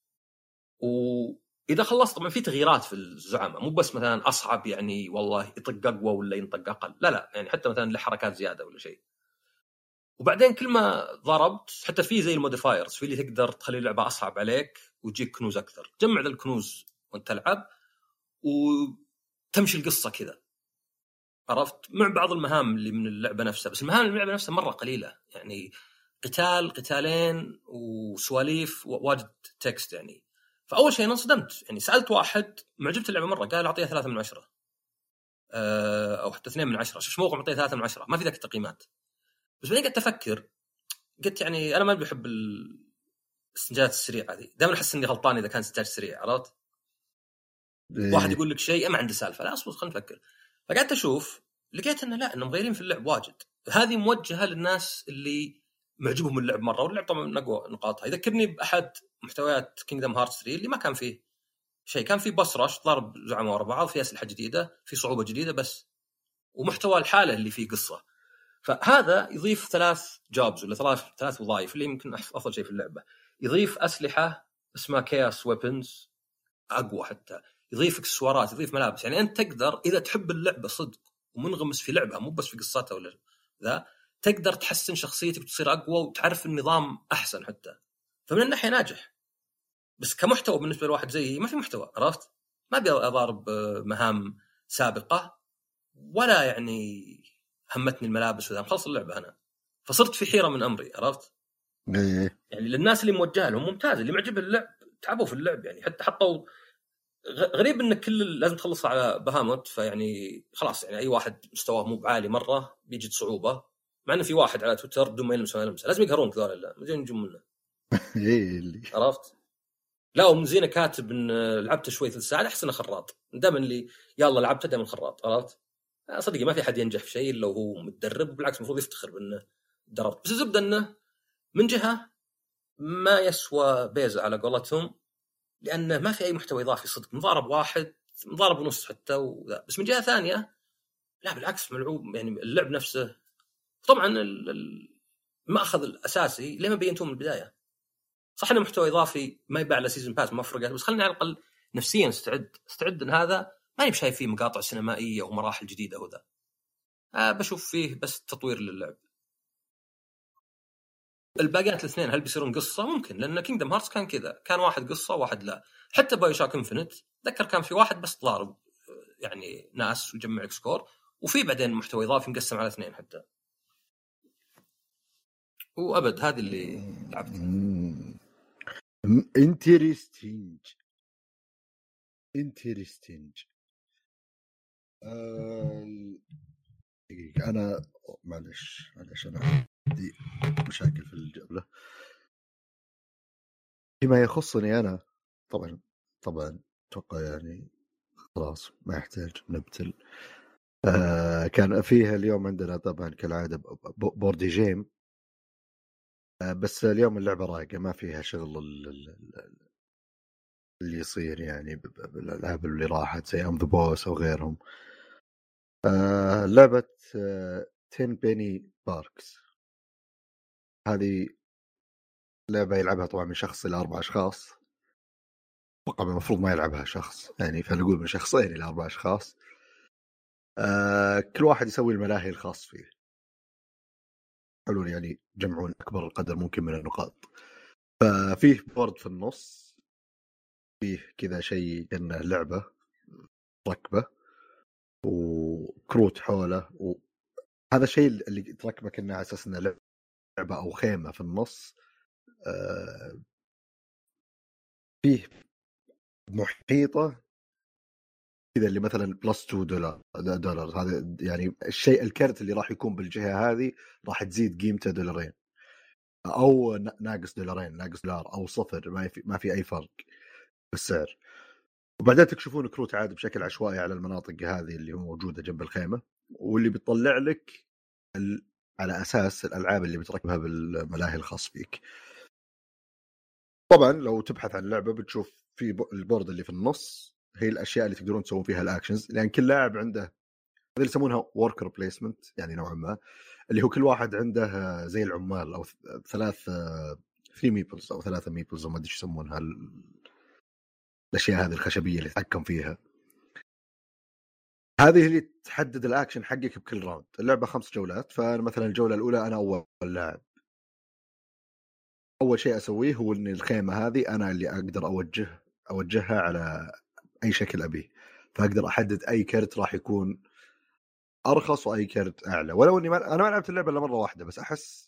وإذا خلصت طبعا في تغييرات في الزعماء، مو بس مثلا أصعب يعني والله يطق أقوى ولا ينطق أقل، لا يعني حتى مثلا له حركات زيادة ولا شيء. وبعدين كل ما ضربت حتى في زي الموديفايرز في اللي تقدر تخلي اللعبة أصعب عليك وتجيك كنوز أكثر. جمع ذا الكنوز وانت تلعب وتمشي القصة كذا، عرفت؟ مع بعض المهام اللي من اللعبة نفسها، بس المهام اللي من اللعبة نفسها مرة قليلة. يعني قتالين وسواليف واجد تكست يعني. فأول شيء أنا انصدمت، يعني سألت واحد معجبت اللعبة مرة قال أعطيها 3 من 10 أو حتى 2 من 10. شوف موقع معطيها 3 من 10 ما في ذاك التقييمات. بس بعدين قعدت أفكر قلت يعني أنا ما بحب الاستنتاجات السريعة هذه، دائما أحس إني غلطان إذا كان استنتاج سريع، عرفت؟ واحد يقول لك شيء ما عنده سالفة، لا أصبر خلينا نفكر. فقعدت أشوف لقيت إنه لا، إنهم مغيرين في اللعب واجد. هذه موجهة للناس اللي معجبهم اللعب مرة، واللعب طبعا من أقوى نقاطها. يذكرني بأحد محتويات كينغدم هارت 3 اللي ما كان فيه شيء، كان فيه بس رش ضرب زعماء ورا بعض، في أسلحة جديدة، في صعوبة جديدة بس، ومحتوى الحالة اللي فيه قصة. فهذا يضيف 3 جوبز ولا 3 وظائف اللي يمكن أفضل شيء في اللعبة. يضيف أسلحة اسمها كياس ويبنز أقوى، حتى يضيف اكسسوارات، يضيف ملابس. يعني أنت تقدر إذا تحب اللعبة صدق ومنغمس في لعبها مو بس في قصتها ولا ذا، تقدر تحسن شخصيتك وتصير أقوى وتعرف النظام أحسن حتى. فمن الناحية ناجح. بس كمحتوى بالنسبة لواحد زيي ما في محتوى، عرفت؟ ما أبي أضارب مهام سابقة ولا يعني همتني الملابس وذا، مخلص اللعبة أنا. فصرت في حيرة من أمري، عرفت؟ يعني للناس اللي موجهة لهم ممتاز، اللي معجب اللعب تعبوا في اللعب. يعني حتى حطوا غريب ان كل لازم تخلص على بهاموت، فيعني خلاص يعني اي واحد مستواه مو بعالي مره بيجد صعوبه، مع انه في واحد على تويتر بدون ما يلمس لازم يقهرون كذول، لا مدري نجم منه.
ايه اللي
عرفت؟ لا ومزينه كاتب ان لعبته شوي 3 ساعات احسن خراط، دائما اللي يلا لعبته دائما خراط. عرفت؟ صدقني ما في حد ينجح في شيء الا وهو متدرب، بالعكس المفروض يفتخر بانه درب. بس الزبده انه من جهه ما يسوى بيزا على قولتهم، لانه ما في اي محتوى اضافي صدق، مضارب واحد مضارب ونص حتى وذا. بس من جهه ثانيه لا بالعكس ملعوب، يعني اللعب نفسه طبعا المأخذ الاساسي لما بينتم من البدايه. صح انه محتوى اضافي ما يباع على سيزون باس ما فرقت، بس خلينا على الاقل نفسيا استعد ان هذا ماني بشايف فيه مقاطع سينمائيه ومراحل جديده وذا. بشوف فيه بس تطوير للعب. الباقيات الاثنين هل بيصيرون قصه؟ ممكن، لان كينجدم هارتس كان كذا، كان واحد قصه وواحد لا. حتى باي شاك انفنت ذكر كان في واحد بس ضارب يعني ناس ويجمع لك سكور، وفي بعدين محتوى اضافي مقسم على اثنين حتى. وابد هذه اللي لعبت.
انترستينج دقيقة أنا معلش أنا عندي مشاكل في الجبلة فيما يخصني أنا. طبعا أتوقع يعني خلاص ما يحتاج نبتل. كان فيها اليوم عندنا طبعا كالعادة بوردي جيم، بس اليوم اللعبة رايقة ما فيها شغل اللي يصير يعني بالألعاب اللي راحت زي أم ذا بوس أو غيرهم. لعبة 10 بيني باركس، هذه لعبة يلعبها طبعا من شخص إلى 4 أشخاص. طبعا المفروض ما يلعبها شخص يعني، فنقول من شخصين إلى 4 أشخاص. كل واحد يسوي الملاهي الخاص فيه، حلو يعني جمعون أكبر قدر ممكن من النقاط. ففيه بورد في النص، فيه كذا شيء كأنه لعبة ركبة وكروت حوله، وهذا الشيء اللي تركبه كأنه على أساس أنه لعبة أو خيمة في النص. فيه محيطة كذا اللي مثلا بلس $2 هذا يعني الشيء الكرت اللي راح يكون بالجهة هذه راح تزيد قيمته $2 أو ناقص $2 ناقص $1 أو صفر، ما في أي فرق بالسعر. وبعدين تكشفون كروت عاد بشكل عشوائي على المناطق هذه اللي موجودة جنب الخيمة، واللي بيطلع لك على أساس الألعاب اللي بتركبها بالملاهي الخاص فيك. طبعا لو تبحث عن اللعبة بتشوف في البورد اللي في النص هي الأشياء اللي تقدرون تسوون فيها الأكشنز، لأن كل لاعب عنده هذا اللي يسمونها worker placement يعني نوعا ما، اللي هو كل واحد عنده زي العمال أو 3 ميبلز أو 3 ميبلز أو ما أدري شو يسمونها الأشياء هذه الخشبية اللي تحكم فيها. هذه اللي تحدد الأكشن حقك بكل راوند. اللعبة 5 جولات، فمثلا الجولة الأولى أنا أول لاعب، أول شيء أسويه هو أن الخيمة هذه أنا اللي أقدر أوجهها على أي شكل أبيه، فأقدر أحدد أي كرت راح يكون أرخص وأي كرت أعلى. ولو أني أنا ما لعبت اللعبة إلا مرة واحدة، بس أحس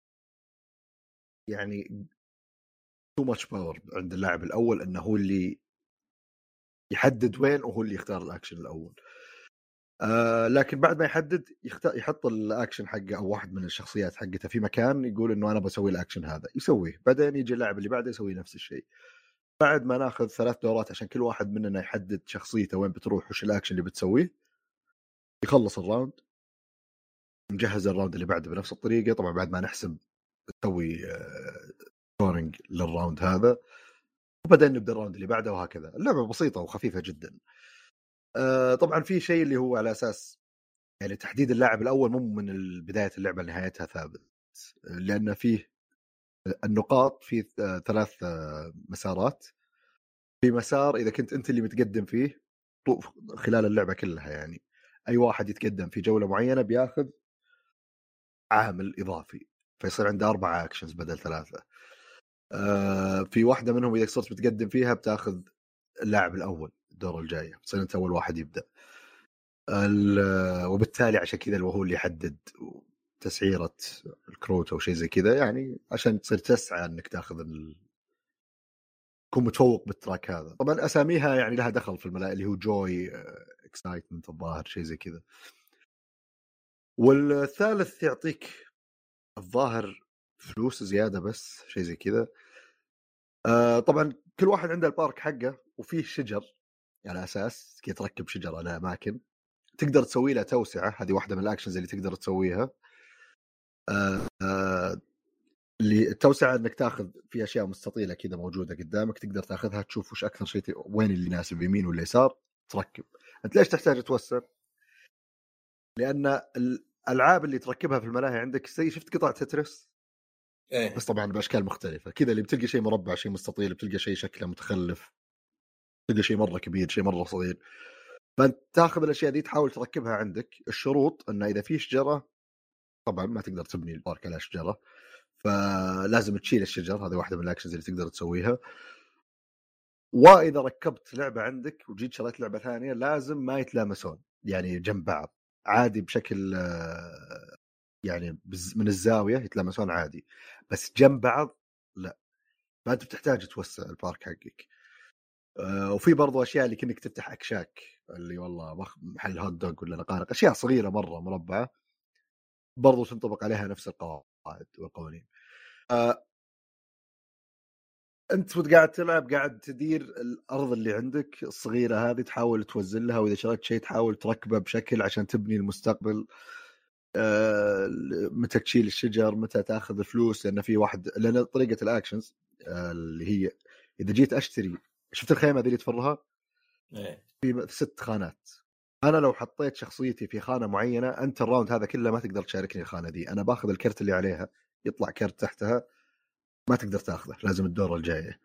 يعني too much power عند اللاعب الأول أنه هو اللي يحدد وين وهو اللي يختار الأكشن الأول. لكن بعد ما يحدد يحط الأكشن حقه أو واحد من الشخصيات حقته في مكان يقول إنه أنا بسوي الأكشن هذا، يسويه. بعدين يجي اللاعب اللي بعده يسوي نفس الشيء. بعد ما ناخذ 3 دورات عشان كل واحد مننا يحدد شخصيته وين بتروح وش الأكشن اللي بتسويه، يخلص الراوند، نجهز الراوند اللي بعده بنفس الطريقة. طبعا بعد ما نحسب نسوي سكورينج للراوند هذا، وبعدين نبدأ الراوند اللي بعده، وهكذا. اللعبة بسيطة وخفيفة جدا. طبعا في شيء اللي هو على أساس يعني تحديد اللاعب الأول مو من بداية اللعبة لنهايتها ثابت، لأن فيه النقاط في 3 مسارات. في مسار إذا كنت أنت اللي متقدم فيه خلال اللعبة كلها، يعني أي واحد يتقدم في جولة معينة بياخذ عامل إضافي، فيصير عنده 4 أكشنز بدل 3. في واحدة منهم إذا صرت متقدم فيها بتاخذ اللاعب الأول الدور الجاي، تصير أنت أول واحد يبدأ. وبالتالي عشان كذا هو اللي يحدد تسعيرة الكروت أو شيء زي كذا، يعني عشان تصير تسعى أنك تأخذ تكون متفوق بالتراك هذا. طبعا اساميها يعني لها دخل في الملاء اللي هو جوي اكسايتمنت الظاهر شيء زي كذا. والثالث يعطيك الظاهر فلوس زياده بس شيء زي كذا. طبعا كل واحد عنده البارك حقه وفيه شجر على اساس كي تركب شجر على اماكن تقدر تسوي لها توسعه. هذه واحده من الاكشنز اللي تقدر تسويها. اللي التوسعه انك تاخذ في اشياء مستطيله كذا موجوده قدامك تقدر تاخذها تشوف وش اكثر شيء وين اللي يناسب يمين ولا يسار تركب. انت ليش تحتاج توسع؟ لان الالعاب اللي تركبها في الملاهي عندك زي شفت قطع تترس بس طبعا باشكال مختلفه كذا، اللي بتلقى شيء مربع شيء مستطيل بتلقى شيء شكله متخلف تلقى شيء مره كبير شيء مره صغير. فانت تاخذ الاشياء دي تحاول تركبها عندك. الشروط انه اذا في شجره طبعا ما تقدر تبني البارك على شجره فلازم تشيل الشجر. هذه واحده من الاكشنز اللي تقدر تسويها. واذا ركبت لعبه عندك وجيت شريت لعبه ثانيه لازم ما يتلامسون يعني جنب بعض عادي بشكل يعني من الزاويه يتلامسون عادي بس جنب بعض لا. فانت بتحتاج توسع البارك حقك. وفي برضو اشياء اللي كأنك تفتح اكشاك اللي والله محل هوت دوغ ولا نقارق اشياء صغيره مره مربعه برضو تنطبق عليها نفس القواعد والقوانين. انت وانت قاعد تلعب قاعد تدير الارض اللي عندك الصغيره هذه تحاول توزن لها واذا شريت شيء تحاول تركبه بشكل عشان تبني المستقبل. متى تشيل الشجر متى تاخذ الفلوس لان في واحد لان طريقه الاكشنز اللي هي اذا جيت اشتري شفت الخيمه ذي اللي تفرها في 6 خانات. انا لو حطيت شخصيتي في خانه معينه انت الراوند هذا كله ما تقدر تشاركني الخانه دي. انا باخذ الكرت اللي عليها يطلع كرت تحتها ما تقدر تاخذه لازم الدور الجايه.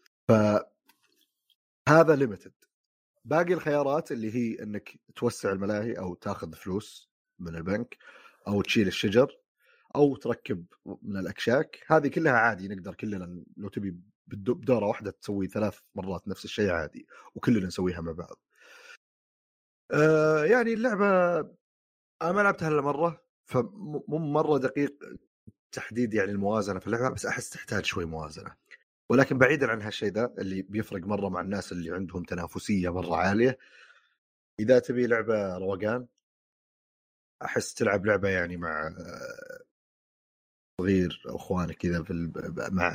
فهذا ليميتد. باقي الخيارات اللي هي انك توسع الملاهي او تاخذ فلوس من البنك او تشيل الشجر او تركب من الاكشاك هذه كلها عادي نقدر كلنا لو تبي بدوره واحده تسوي 3 مرات نفس الشيء عادي وكلنا نسويها مع بعض. يعني اللعبه انا ما لعبتها الا مره فمو مره دقيق تحديد يعني الموازنه في اللعبه بس احس تحتاج شوي موازنه. ولكن بعيدا عن هالشيء ذا اللي بيفرق مره مع الناس اللي عندهم تنافسيه مره عاليه اذا تبي لعبه روقان احس تلعب لعبه يعني مع صغير او اخوانك كذا مع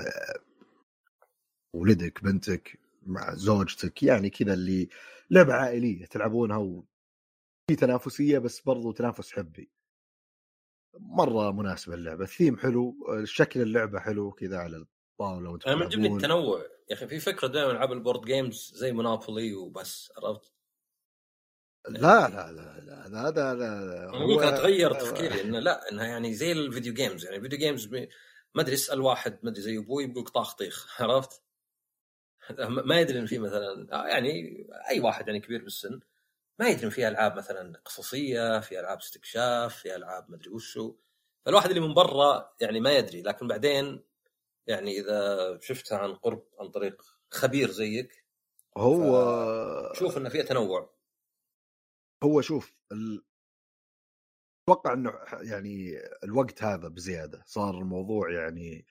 ولدك بنتك مع زوجتك يعني كذا اللي لعبه عائليه تلعبونها وفي تنافسيه بس برضو تنافس حبي مره مناسبه اللعبه. الثيم حلو شكل اللعبه حلو كذا على الطاوله وانت
انا معجبني التنوع يا اخي. في فكره دائما العاب البورد جيمز زي مونوبولي وبس عرفت.
لا هذا
هو تغير تفكيري انه لا انها يعني زي الفيديو جيمز. يعني الفيديو جيمز ما ادري اسال واحد ما ادري زي ابوي بيقول طاخ طيخ عرفت. ما يدري ان في مثلا يعني اي واحد يعني كبير بالسن ما يدري ان في العاب مثلا قصصيه في العاب استكشاف في العاب ما ادري وشو. فالواحد اللي من برا يعني ما يدري لكن بعدين يعني اذا شفتها عن قرب عن طريق خبير زيك
هو
شوف انه فيها تنوع.
هو شوف اتوقع انه يعني الوقت هذا بزياده صار الموضوع يعني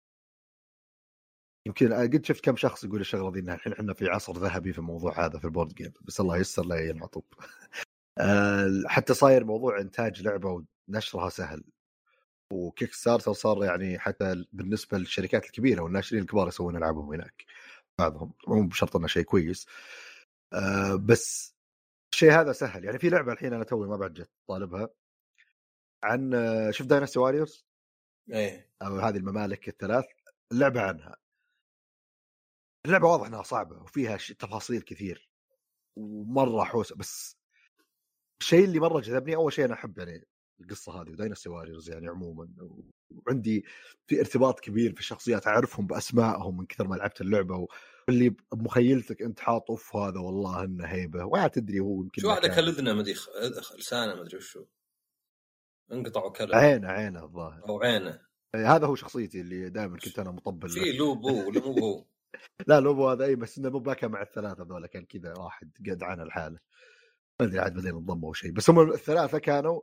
يمكن قد شفت كم شخص يقول الشغله دي ان الحين احنا في عصر ذهبي في الموضوع هذا في البورد جيم بس الله ييسر لا ينعطب. حتى صاير موضوع انتاج لعبه ونشرها سهل وكيك ستارتر صار يعني حتى بالنسبه للشركات الكبيره والناشرين الكبار يسوون العابهم هناك بعضهم مو بشرط انه شيء كويس. بس الشيء هذا سهل يعني في لعبه الحين انا توي ما بعد جت طالبها عن شوف دايناستي واريورز او هذه الممالك الثلاث اللعبه عنها. اللعبه واضح انها صعبه وفيها تفاصيل كثير ومره حوسه بس الشيء اللي مره جذبني اول شيء انا احب يعني القصه هذه ودايناستي واريورز يعني عموما وعندي في ارتباط كبير في الشخصيات اعرفهم باسمائهم من كثر ما لعبت اللعبه واللي بمخيلتك انت حاط اوف هذا والله انه هيبه ولا تدري هو يمكن
شو واحد كلذنا مدري لسانه مدري وشو انقطعوا كلب
عينه الظاهر
او عينه.
هذا هو شخصيتي اللي دائما كنت انا مطبل
في لوبو ولا مو هو؟
لا لوبو هذا اي بس انه مو باكا مع الثلاثه هذول كان كذا واحد قد عن الحاله ما ادري عاد بعدين انضموا او شيء بس هم الثلاثه كانوا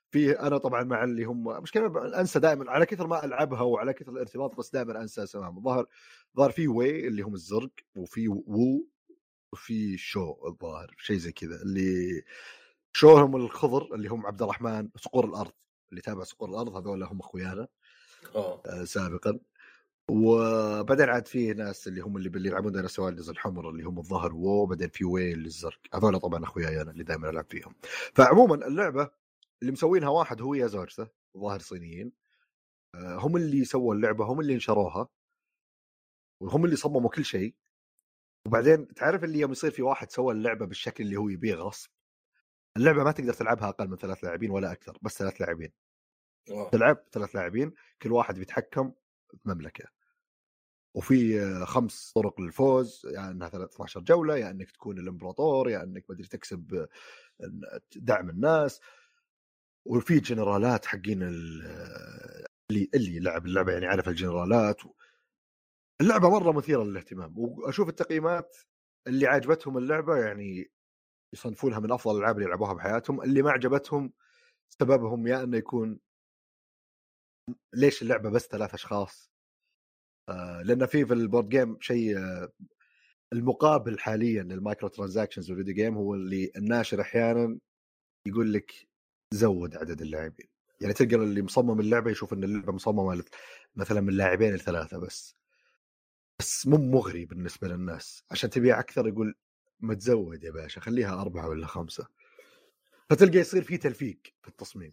في انا طبعا مع اللي هم مشكله انسى دائما على كثر ما العبها وعلى كثر الارتباط، بس دائما انسى اسمهم. ظهر في وي اللي هم الزرق، وفي وو، وفي شو الظاهر شيء زي كذا. اللي شو هم الخضر اللي هم عبد الرحمن صقور الارض، اللي تابع صقور الارض، هذول هم اخويانا سابقا. وبعدين عاد فيه ناس اللي هم اللي يلعبون ديناصور الحمر اللي هم الظهر وو، بعدين في ويل الزرق، هذول طبعا اخوياي انا اللي دائما العب فيهم. فعموما اللعبه اللي مسوينها واحد هو يا زوجته ظاهر صينيين، هم اللي سووا اللعبه، هم اللي نشروها، وهم اللي صمموا كل شيء. وبعدين تعرف اللي يوم يصير في واحد سوى اللعبه بالشكل اللي هو يبيه غصب، اللعبه ما تقدر تلعبها اقل من 3 لاعبين ولا اكثر، بس 3 لاعبين. تلعب 3 لاعبين، كل واحد بيتحكم بمملكه، وفي 5 طرق للفوز، يعني انها 12 جوله، يعني انك تكون الامبراطور، يعني انك ما ادري تكسب دعم الناس. وفي جنرالات حقين اللي لعب اللعبه يعني عارف الجنرالات. اللعبه مره مثيره للاهتمام، واشوف التقييمات اللي عجبتهم اللعبه يعني يصنفونها من افضل الالعاب اللي لعبوها بحياتهم. اللي ما عجبتهم سببهم يا انه يكون ليش اللعبه بس 3 اشخاص، لان في البورد جيم شيء المقابل حاليا للمايكرو ترانزاكشنز والفيديو جيم، هو اللي الناشر احيانا يقول لك زود عدد اللاعبين. يعني تلقى اللي مصمم اللعبه يشوف ان اللعبه مصممه مثلا من لاعبين ل3 بس مو مغري بالنسبه للناس، عشان تبيع اكثر يقول ما تزود يا باشا خليها 4 ولا 5. فتلقى يصير في تلفيق في التصميم.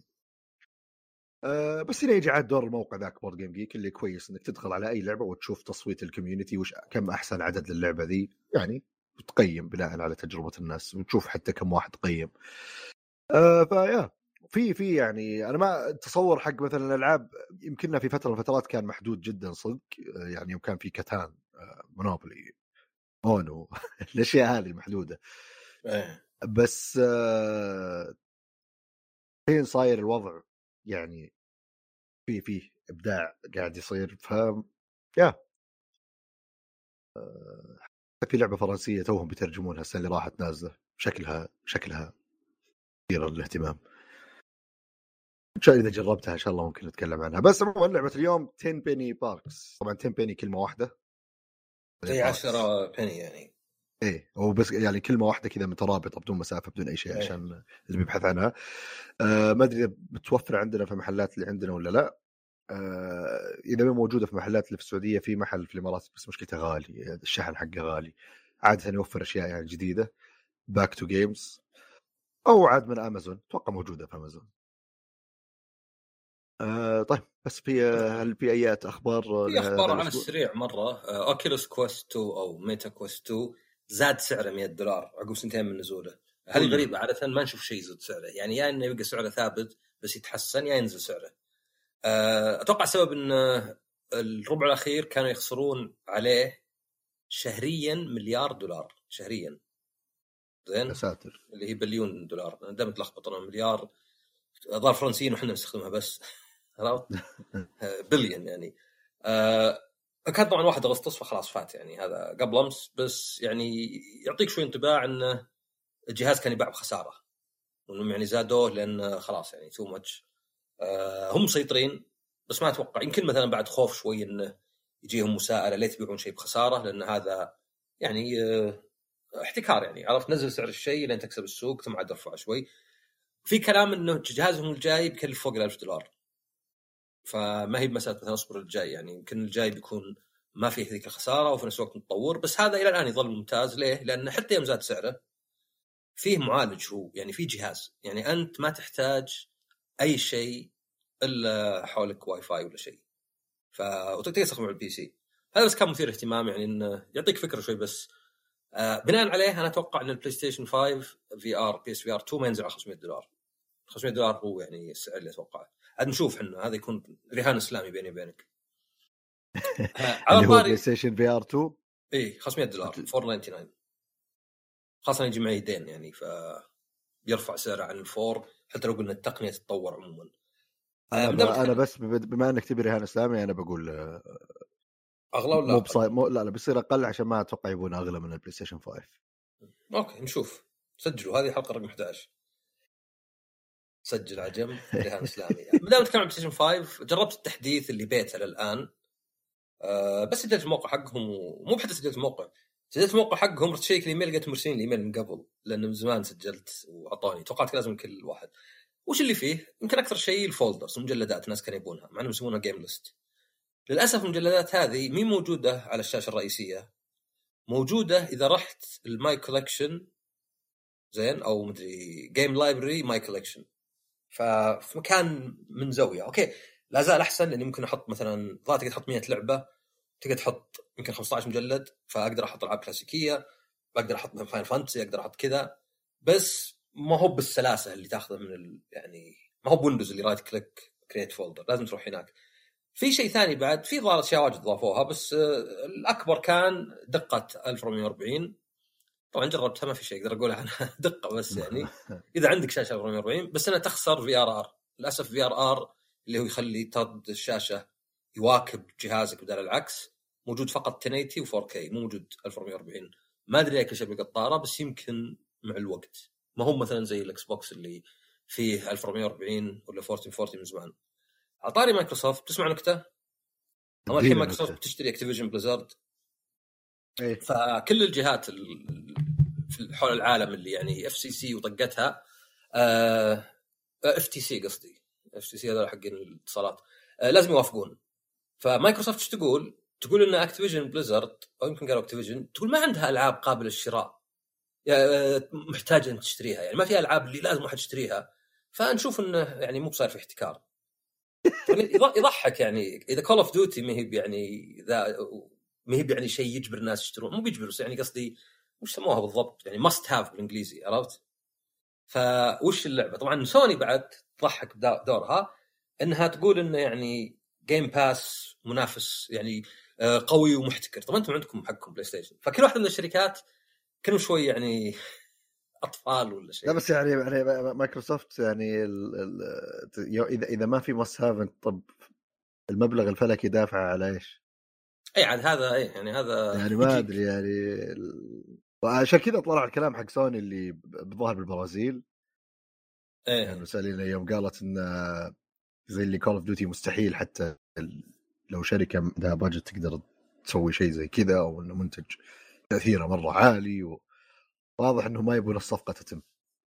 بس هنا يجي عاد دور الموقع ذاك بورد جيم جيك اللي كويس انك تدخل على اي لعبه وتشوف تصويت الكوميونتي وش كم احسن عدد للعبه ذي، يعني وتقيم بناء على تجربه الناس وتشوف حتى كم واحد قيم. فيا في يعني انا ما تصور حق مثلا الالعاب يمكننا في فتره من الفترات كان محدود جدا صدق، يعني يوم كان في كاتان، مونوبولي، اونو الاشياء هذه المحدوده. بس الحين صاير الوضع يعني في ابداع قاعد يصير. ف يا في لعبه فرنسيه توهم بيترجمونها السنه اللي راحت نازله، شكلها مثيره للاهتمام. ان شاء الله اذا جربتها ان شاء الله ممكن نتكلم عنها. بس عموما لعبه اليوم 10 بيني باركس. طبعا 10 بيني كلمه واحده،
زي 10 بيني يعني.
ايه هو بس يعني كلمه واحده كذا مترابطه بدون مسافه بدون اي شيء عشان اللي بيبحث عنها. ما ادري اذا بتوفر عندنا في المحلات اللي عندنا ولا لا. اذا ما موجوده في محلات اللي في السعوديه، في محل في الامارات بس مشكلته غالي، الشحن حقه غالي. عاده يوفر اشياء يعني جديده باك تو جيمز، او عاد من امازون، اتوقع موجوده في امازون. طيب بس هل في اي اخبار
في اخبار على السريع مره. اوكيولوس كويست 2 او ميتا كويست 2 زاد سعره $100 عقب 2 من نزوله. هذه غريبه، عاده ما نشوف شيء يزيد سعره، يعني يا انه يبقى سعره ثابت بس يتحسن، يا ينزل سعره. اتوقع سبب ان الربع الاخير كانوا يخسرون عليه شهريا $1 مليار شهريا. زين،
ساتر،
اللي هي $بليون. انا دائما اتلخبط، انا مليار ظهر فرنسيين وحنا نستخدمها بس عرفت. بليون يعني. كان طبعا 1 أغسطس فخلاص فات، يعني هذا قبل امس، بس يعني يعطيك شوي انطباع ان الجهاز كان يباع بخساره، وانهم يعني زادوه لان خلاص يعني تو ماتش. هم مسيطرين، بس ما اتوقع، يمكن مثلا بعد خوف شوي انه يجيهم مساءله ليه تبيعون شيء بخساره، لان هذا يعني احتكار، يعني عرفت، نزل سعر الشيء لين تكسب السوق ثم عاد ارفعه شوي. في كلام انه جهازهم الجاي بيكلف فوق $1000، فما هي بمساله مثلا اصبر الجاي، يعني يمكن الجاي بيكون ما فيه ذيك الخساره وفي نفس الوقت متطور. بس هذا الى الان يظل ممتاز. ليه؟ لان حتى يوم زاد سعره فيه معالج، هو يعني فيه جهاز، يعني انت ما تحتاج اي شيء الا حولك واي فاي ولا شيء، وتقدر تستخدمه على البي سي. هذا بس كان مثير اهتمام، يعني انه يعطيك فكره شوي. بس بناء عليه انا اتوقع ان البلاي ستيشن 5 في ار بي اس في ار 2 ما ينزل على $500. $500 هو يعني السعر اللي اتوقعه. عاد نشوف احنا، هذا يكون رهان اسلامي بيني وبينك. على
اللي هو بلاي ستيشن في ار 2
ايه $500 $499، خاصه يجي معي دين يعني، فبيرفع سعره عن الفور حتى لو قلنا التقنيه تتطور عموما.
انا بس بما انك تبي رهان اسلامي انا بقول
اغلى ولا
لا بيصير اقل، عشان ما اتوقع يبون اغلى من البلاي ستيشن 5.
اوكي نشوف. سجلوا هذه حلقه رقم 11. سجل عجم رهان اسلامي. ما دام نتكلم عن بلاي ستيشن 5 جربت التحديث اللي بيته للان، بس سجلت الموقع حقهم مو بحتى سجلت الموقع، سجلت الموقع حقهم رحت شيك الايميل لقيت مرسلين الايميل من قبل لانه من زمان سجلت واعطوني، توقعت لازم كل واحد. وش اللي فيه؟ يمكن اكثر شيء الفولدرز مجلدات الناس كانوا يبونها مع انهم يسمونها جيم ليست. للاسف المجلدات هذه مي موجوده على الشاشه الرئيسيه، موجوده اذا رحت الماي كولكشن زين او مدري جيم لايبرري ماي كولكشن، ففي مكان من زاويه. اوكي لا زال احسن لاني ممكن احط مثلا تقدر تحط 100 لعبه، تقدر تحط يمكن 15 مجلد، فاقدر احط العاب كلاسيكيه، بقدر احط مثلا فاين فانتسي، اقدر احط كذا، بس ما هو بالسلاسه اللي تاخذه من يعني ما هو بويندوز اللي رايت كليك كريت فولدر، لازم تروح هناك. في شيء ثاني بعد، في ظاهر اشياء واجد ضافوها، بس الاكبر كان دقه 1440. طبعا جربتها ما في شيء اقدر اقولها عنها دقه، بس يعني اذا عندك شاشه 1440 بس انا تخسر في ار ار للاسف. في ار ار اللي هو يخلي ترد الشاشه يواكب جهازك بدل العكس، موجود فقط 1080 و4K، مو موجود 1440. ما ادري ايش بالقطاره، بس يمكن مع الوقت ما هو مثلا زي الاكس بوكس اللي فيه 1440 ولا 1440 من زمان. عطاري مايكروسوفت تسمع نكته؟ اول الحين مايكروسوفت بتشتري اكتيفيجن بليزرد، فكل الجهات في حول العالم اللي يعني اف سي سي وطقتها اف تي سي، قصدي اف سي سي هذول حقين الاتصالات، لازم يوافقون. فمايكروسوفت ايش تقول ان اكتيفيجن بليزرد او يمكن قالوا اكتيفيجن تقول ما عندها العاب قابله للشراء محتاج ان تشتريها، يعني ما في العاب اللي لازم واحد يشتريها. فنشوف انه يعني مو بصير في احتكار. يضحك يعني اذا كول اوف ديوتي ما هي يعني ذا، ما هي يعني شيء يجبر الناس يشترون، مو بيجبر بس يعني قصدي وش سموها بالضبط، يعني ماست هاف بالانجليزي، عرفت؟ فوش اللعبه طبعا سوني بعد تضحك دورها انها تقول انه يعني جيم باس منافس يعني قوي ومحتكر. طبعا انتم عندكم حقكم بلاي ستيشن، فكل واحده من الشركات كانوا شوي يعني اطفال ولا شيء.
لا بس يعني مايكروسوفت يعني اذا ما في ماست هاف، طب المبلغ الفلكي دافع على ايش؟
اي عاد هذا اي يعني هذا
يعني ما ادري يعني وعشان كذا طلع الكلام حق سوني اللي بظهر بالبرازيل. يعني سالينا يوم قالت ان زي اللي كول اوف ديوتي مستحيل حتى لو شركه عندها باجت تقدر تسوي شيء زي كذا، او انه منتج تاثيره مره عالي، وواضح انه ما يبون الصفقه تتم.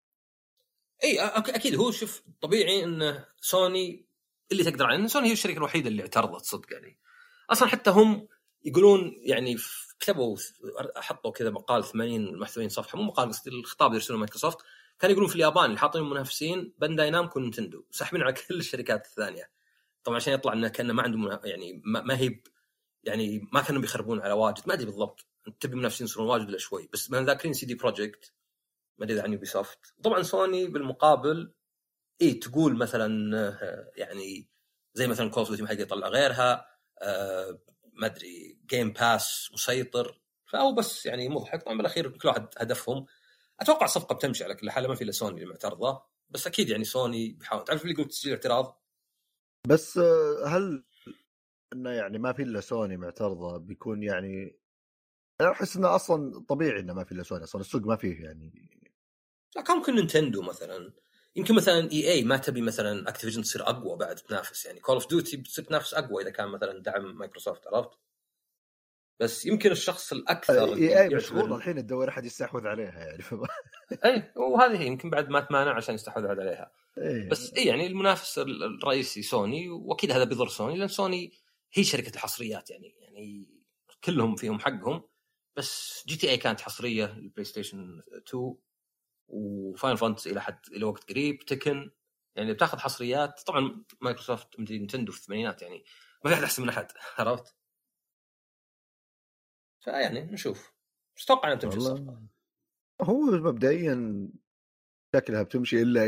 اي اكيد هو شوف طبيعي ان سوني اللي تقدر عليه، سوني هي الشركه الوحيده اللي اعترضت صدق. يعني اصلا حتى هم يقولون يعني كتبوا حطوا كذا مقال 80 محتوين صفحه، مو مقال قصدي الخطاب اللي يرسلونه مايكروسوفت، كانوا يقولون في اليابان اللي حاطين المنافسين بانداي نامكو ونينتندو ساحبين على كل الشركات الثانيه، طبعا عشان يطلع انه كانه ما عندهم يعني ما هي يعني ما كانوا بيخربون على واجد، ما ادري بالضبط تبي منافسين يصيرون واجد ولا شوي، بس من ذاكرين سي دي بروجكت ما ادري عن يوبي سوفت. طبعا سوني بالمقابل تقول مثلا يعني زي مثلا كول اوف ديوتي ما حد يطلع غيرها، ما ادري جيم باس مسيطر، فهو بس يعني مضحك. طبعا بالاخير كل واحد هدفهم. اتوقع الصفقه بتمشي على كل حال، ما في الا سوني اللي معترضه، بس اكيد يعني سوني بيحاول. تعرف اللي قلت تسجيل اعتراض،
بس هل انه يعني ما في الا سوني معترضه بيكون يعني انا احس انه اصلا طبيعي انه ما في الا سوني، اصلا السوق ما فيه يعني.
لا كان ممكن نينتندو مثلا، يمكن مثلا اي ما تبي مثلا اكتيفيجن تصير اقوى بعد تنافس، يعني كول اوف ديوتي بتصير تنافس اقوى اذا كان مثلا دعم مايكروسوفت، عرفت؟ بس يمكن الشخص الاكثر
اي مشغول الحين تدور احد يستحوذ عليها يعني
اي وهذه هي يمكن بعد ما تمانع عشان يستحوذ عليها.
إيه.
بس يعني المنافس الرئيسي سوني، واكيد هذا بيضر سوني لان سوني هي شركه الحصريات، يعني كلهم فيهم حقهم. بس جي تي اي كانت حصريه للبلاي ستيشن 2، وفاين فانتسي الى حد الى وقت قريب تكن، يعني بتاخذ حصريات. طبعا مايكروسوفت مدري نينتندو في الثمانينات يعني ما في احد احسن من احد، عرفت؟ فيعني نشوف ايش تتوقع ان تمشي الصفقه.
هو مبدئيا شكلها بتمشي الا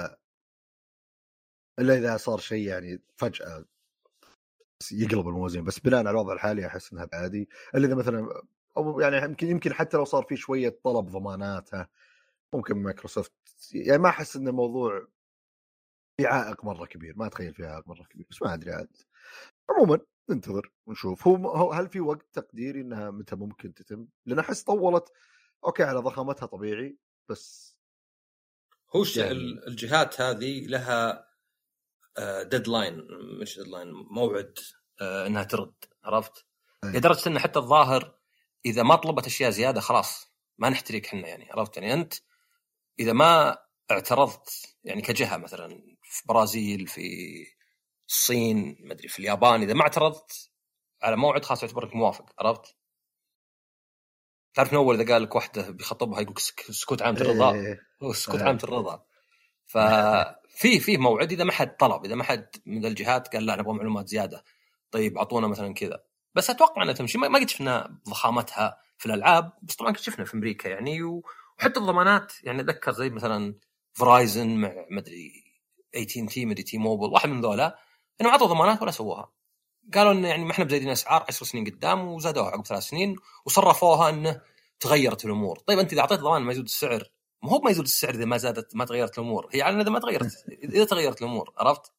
اذا صار شيء يعني فجاه يقلب الموازين، بس بناء على الوضع الحالي احس انها عادي. الا اذا مثلا او يعني يمكن حتى لو صار في شويه طلب ضماناتها ممكن مايكروسوفت، يعني ما احس ان الموضوع في عائق مره كبير، ما اتخيل فيها عائق مره كبير، بس ما ادري عاد. عموما ننتظر ونشوف. هو هل في وقت تقديري انها متى ممكن تتم؟ لان احس طولت اوكي على ضخامتها طبيعي، بس
هو
يعني
الجهات هذه لها ديدلاين، مش ديدلاين، موعد انها ترد، عرفت؟ لدرجه ان حتى الظاهر اذا ما طلبت اشياء زياده خلاص ما نحتريك احنا، يعني عرفت؟ يعني انت اذا ما اعترضت يعني كجهه مثلا في برازيل، في الصين، ما ادري في اليابان، اذا ما اعترضت على موعد خلاص يعتبرك موافق، عرفت؟ تعرف من اول اذا قال لك واحده بيخطبها يقول سكوت عامه الرضا، هو سكوت عامه الرضا. ففي موعد اذا ما حد طلب، اذا ما حد من الجهات قال لا نبغى معلومات زياده، طيب اعطونا مثلا كذا. بس اتوقع انها تمشي، ما قد شفنا ضخامتها في الالعاب، بس طبعا قد شفنا في امريكا يعني. وحتى الضمانات يعني اتذكر زي مثلا فرايزن مع مدري AT&T مدري تي موبل، واحد من ذولا انهم عطوا ضمانات ولا سووها. قالوا انه يعني ما احنا بزايدين اسعار 10 سنين قدام، وزادوها عقب 3 سنين وصرفوها انه تغيرت الامور. طيب انت اذا اعطيت ضمان ما يزود السعر، ما هو ما يزود السعر اذا ما زادت، ما تغيرت الامور، هي على اذا ما تغيرت، اذا تغيرت الامور، عرفت؟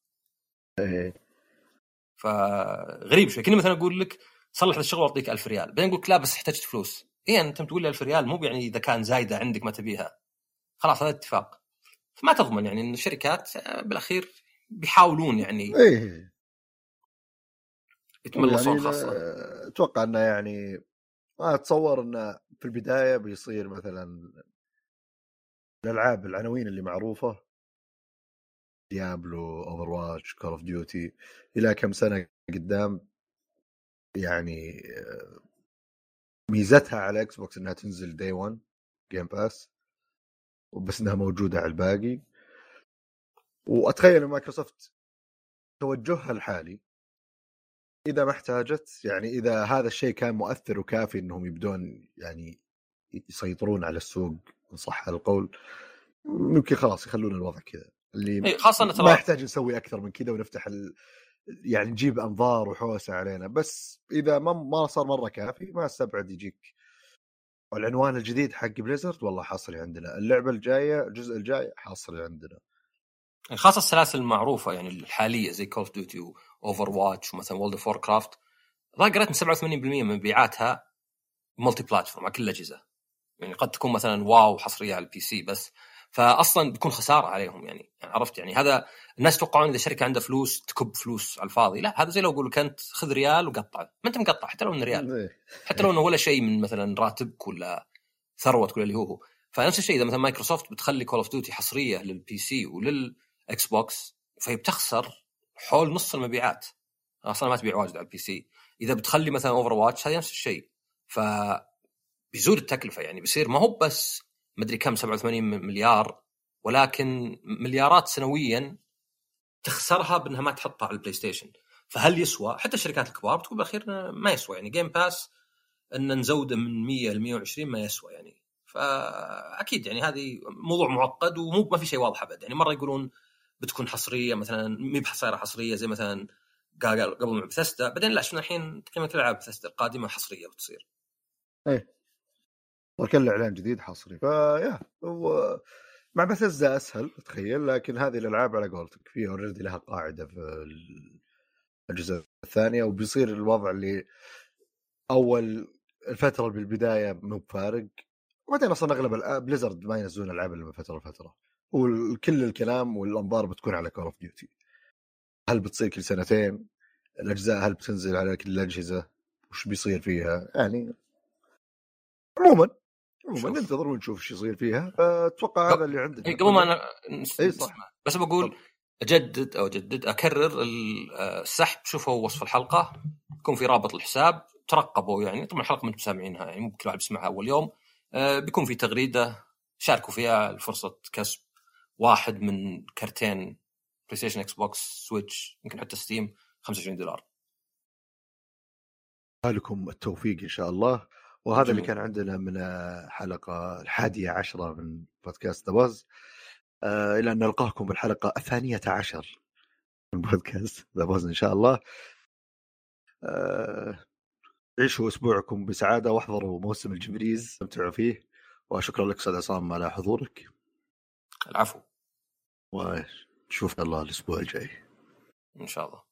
فغريب شوي. كني مثلا اقول لك صلح هذا الشغل واعطيك 1000 ريال، بعدين اقول لك لا بس احتجت فلوس. ايه انت تقول لي 1000 ريال، مو يعني اذا كان زايده عندك ما تبيها خلاص هذا اتفاق. فما تضمن يعني ان الشركات بالاخير بيحاولون يعني يتملصون
يعني
خاصه.
اتوقع انه يعني ما اتصور انه في البدايه بيصير مثلا الالعاب العناوين اللي معروفه ديابلو، اوفر واتش، كول اوف ديوتي، الى كم سنه قدام يعني ميزتها على اكس بوكس انها تنزل داي 1 جيم باس، وبس انها موجوده على الباقي. واتخيل ان مايكروسوفت توجهها الحالي اذا ما احتاجت، يعني اذا هذا الشيء كان مؤثر وكافي انهم يبدون يعني يسيطرون على السوق ان صح القول، ممكن خلاص يخلون الوضع كذا، اللي
خاصه
ما
ترى
يحتاج نسوي اكثر من كذا ونفتح يعني نجيب انظار وحوسه علينا. بس اذا ما صار مره كافي ما استبعد يجيك العنوان الجديد حق بليزرد والله حاصل عندنا، اللعبه الجايه الجزء الجاي حاصل عندنا.
خاصة السلاسل المعروفة يعني الحالية زي كول اوف ديوتي واوفر واتش ومثلا وورلد اوف ووركرافت، قريت ان 87% من مبيعاتها ملتي بلاتفورم على كل الاجهزة. يعني قد تكون مثلا واو حصرية على البي سي بس، فاصلا بيكون خسارة عليهم يعني عرفت؟ يعني هذا الناس يتوقعون اذا شركة عندها فلوس تكب فلوس على الفاضي، لا هذا زي لو اقول لك انت خذ ريال وقطع، ما انت مقطع حتى لو انه ريال، حتى لو انه ولا شيء من مثلا راتبك ولا ثروتك ولا اللي هو. فنفس الشيء اذا مثلا مايكروسوفت بتخلي كول اوف ديوتي حصرية للبي سي وللاكس بوكس، فهي بتخسر حول نص المبيعات، اصلا ما تبيع واجد على البي سي. اذا بتخلي مثلا اوفر واتش هذا نفس الشيء، ف بيزود التكلفه يعني بيصير ما هو بس مدري كم 87 مليار، ولكن مليارات سنويا تخسرها بانها ما تحطها على البلاي ستيشن. فهل يسوى؟ حتى الشركات الكبار بتقول بالاخير ما يسوى، يعني جيم باس ان نزوده من 100 ل 120 ما يسوى يعني. فاكيد يعني هذه موضوع معقد ومو ما في شيء واضح ابد. يعني مره يقولون بتكون حصريه مثلا، مي بحصيره حصريه زي مثلا قال قبل مع بثيستا، بعدين لا شفنا الحين تقريبا كل العاب بثيستا القادمه حصريه بتصير.
ايه وكل اعلان جديد حصري، فيا هو مع بثزة اسهل تخيل، لكن هذه الالعاب على قولتك في اوريدي لها قاعده في الجزء الثانيه، وبيصير الوضع اللي اول الفتره بالبدايه مو بفارق، وبعدين اصلا اغلب بليزرد ما ينزلون العاب الا من فتره لفتره، وكل الكلام والانظار بتكون على كول اوف ديوتي. هل بتصير كل سنتين الاجزاء؟ هل بتنزل على كل الاجهزه؟ وش بيصير فيها يعني؟ عموما ننتظر ونشوف ايش يصير فيها. اتوقع هذا اللي عندنا
قبل ما انا
اي صح،
بس بقول اجدد اكرر السحب. شوفوا وصف الحلقه يكون في رابط الحساب، ترقبوا يعني. طبعا الحلقه ما انتم سامعينها يعني مو كل واحد بيسمعها اول يوم. بيكون في تغريده شاركوا فيها لفرصه كسب واحد من كرتين بلاي ستيشن اكس بوكس سويتش، يمكن حتى ستيم، $25.
لكم التوفيق ان شاء الله. وهذا اللي كان عندنا من حلقه 11 من بودكاست ذا باز. الى ان نلقاكم بالحلقه 12 من بودكاست ذا باز ان شاء الله. عيشوا اسبوعكم بسعاده واحضروا موسم الجبريز استمتعوا فيه. وشكرا لك استاذ عصام على حضورك.
العفو،
ونشوف الله الاسبوع الجاي
ان شاء الله.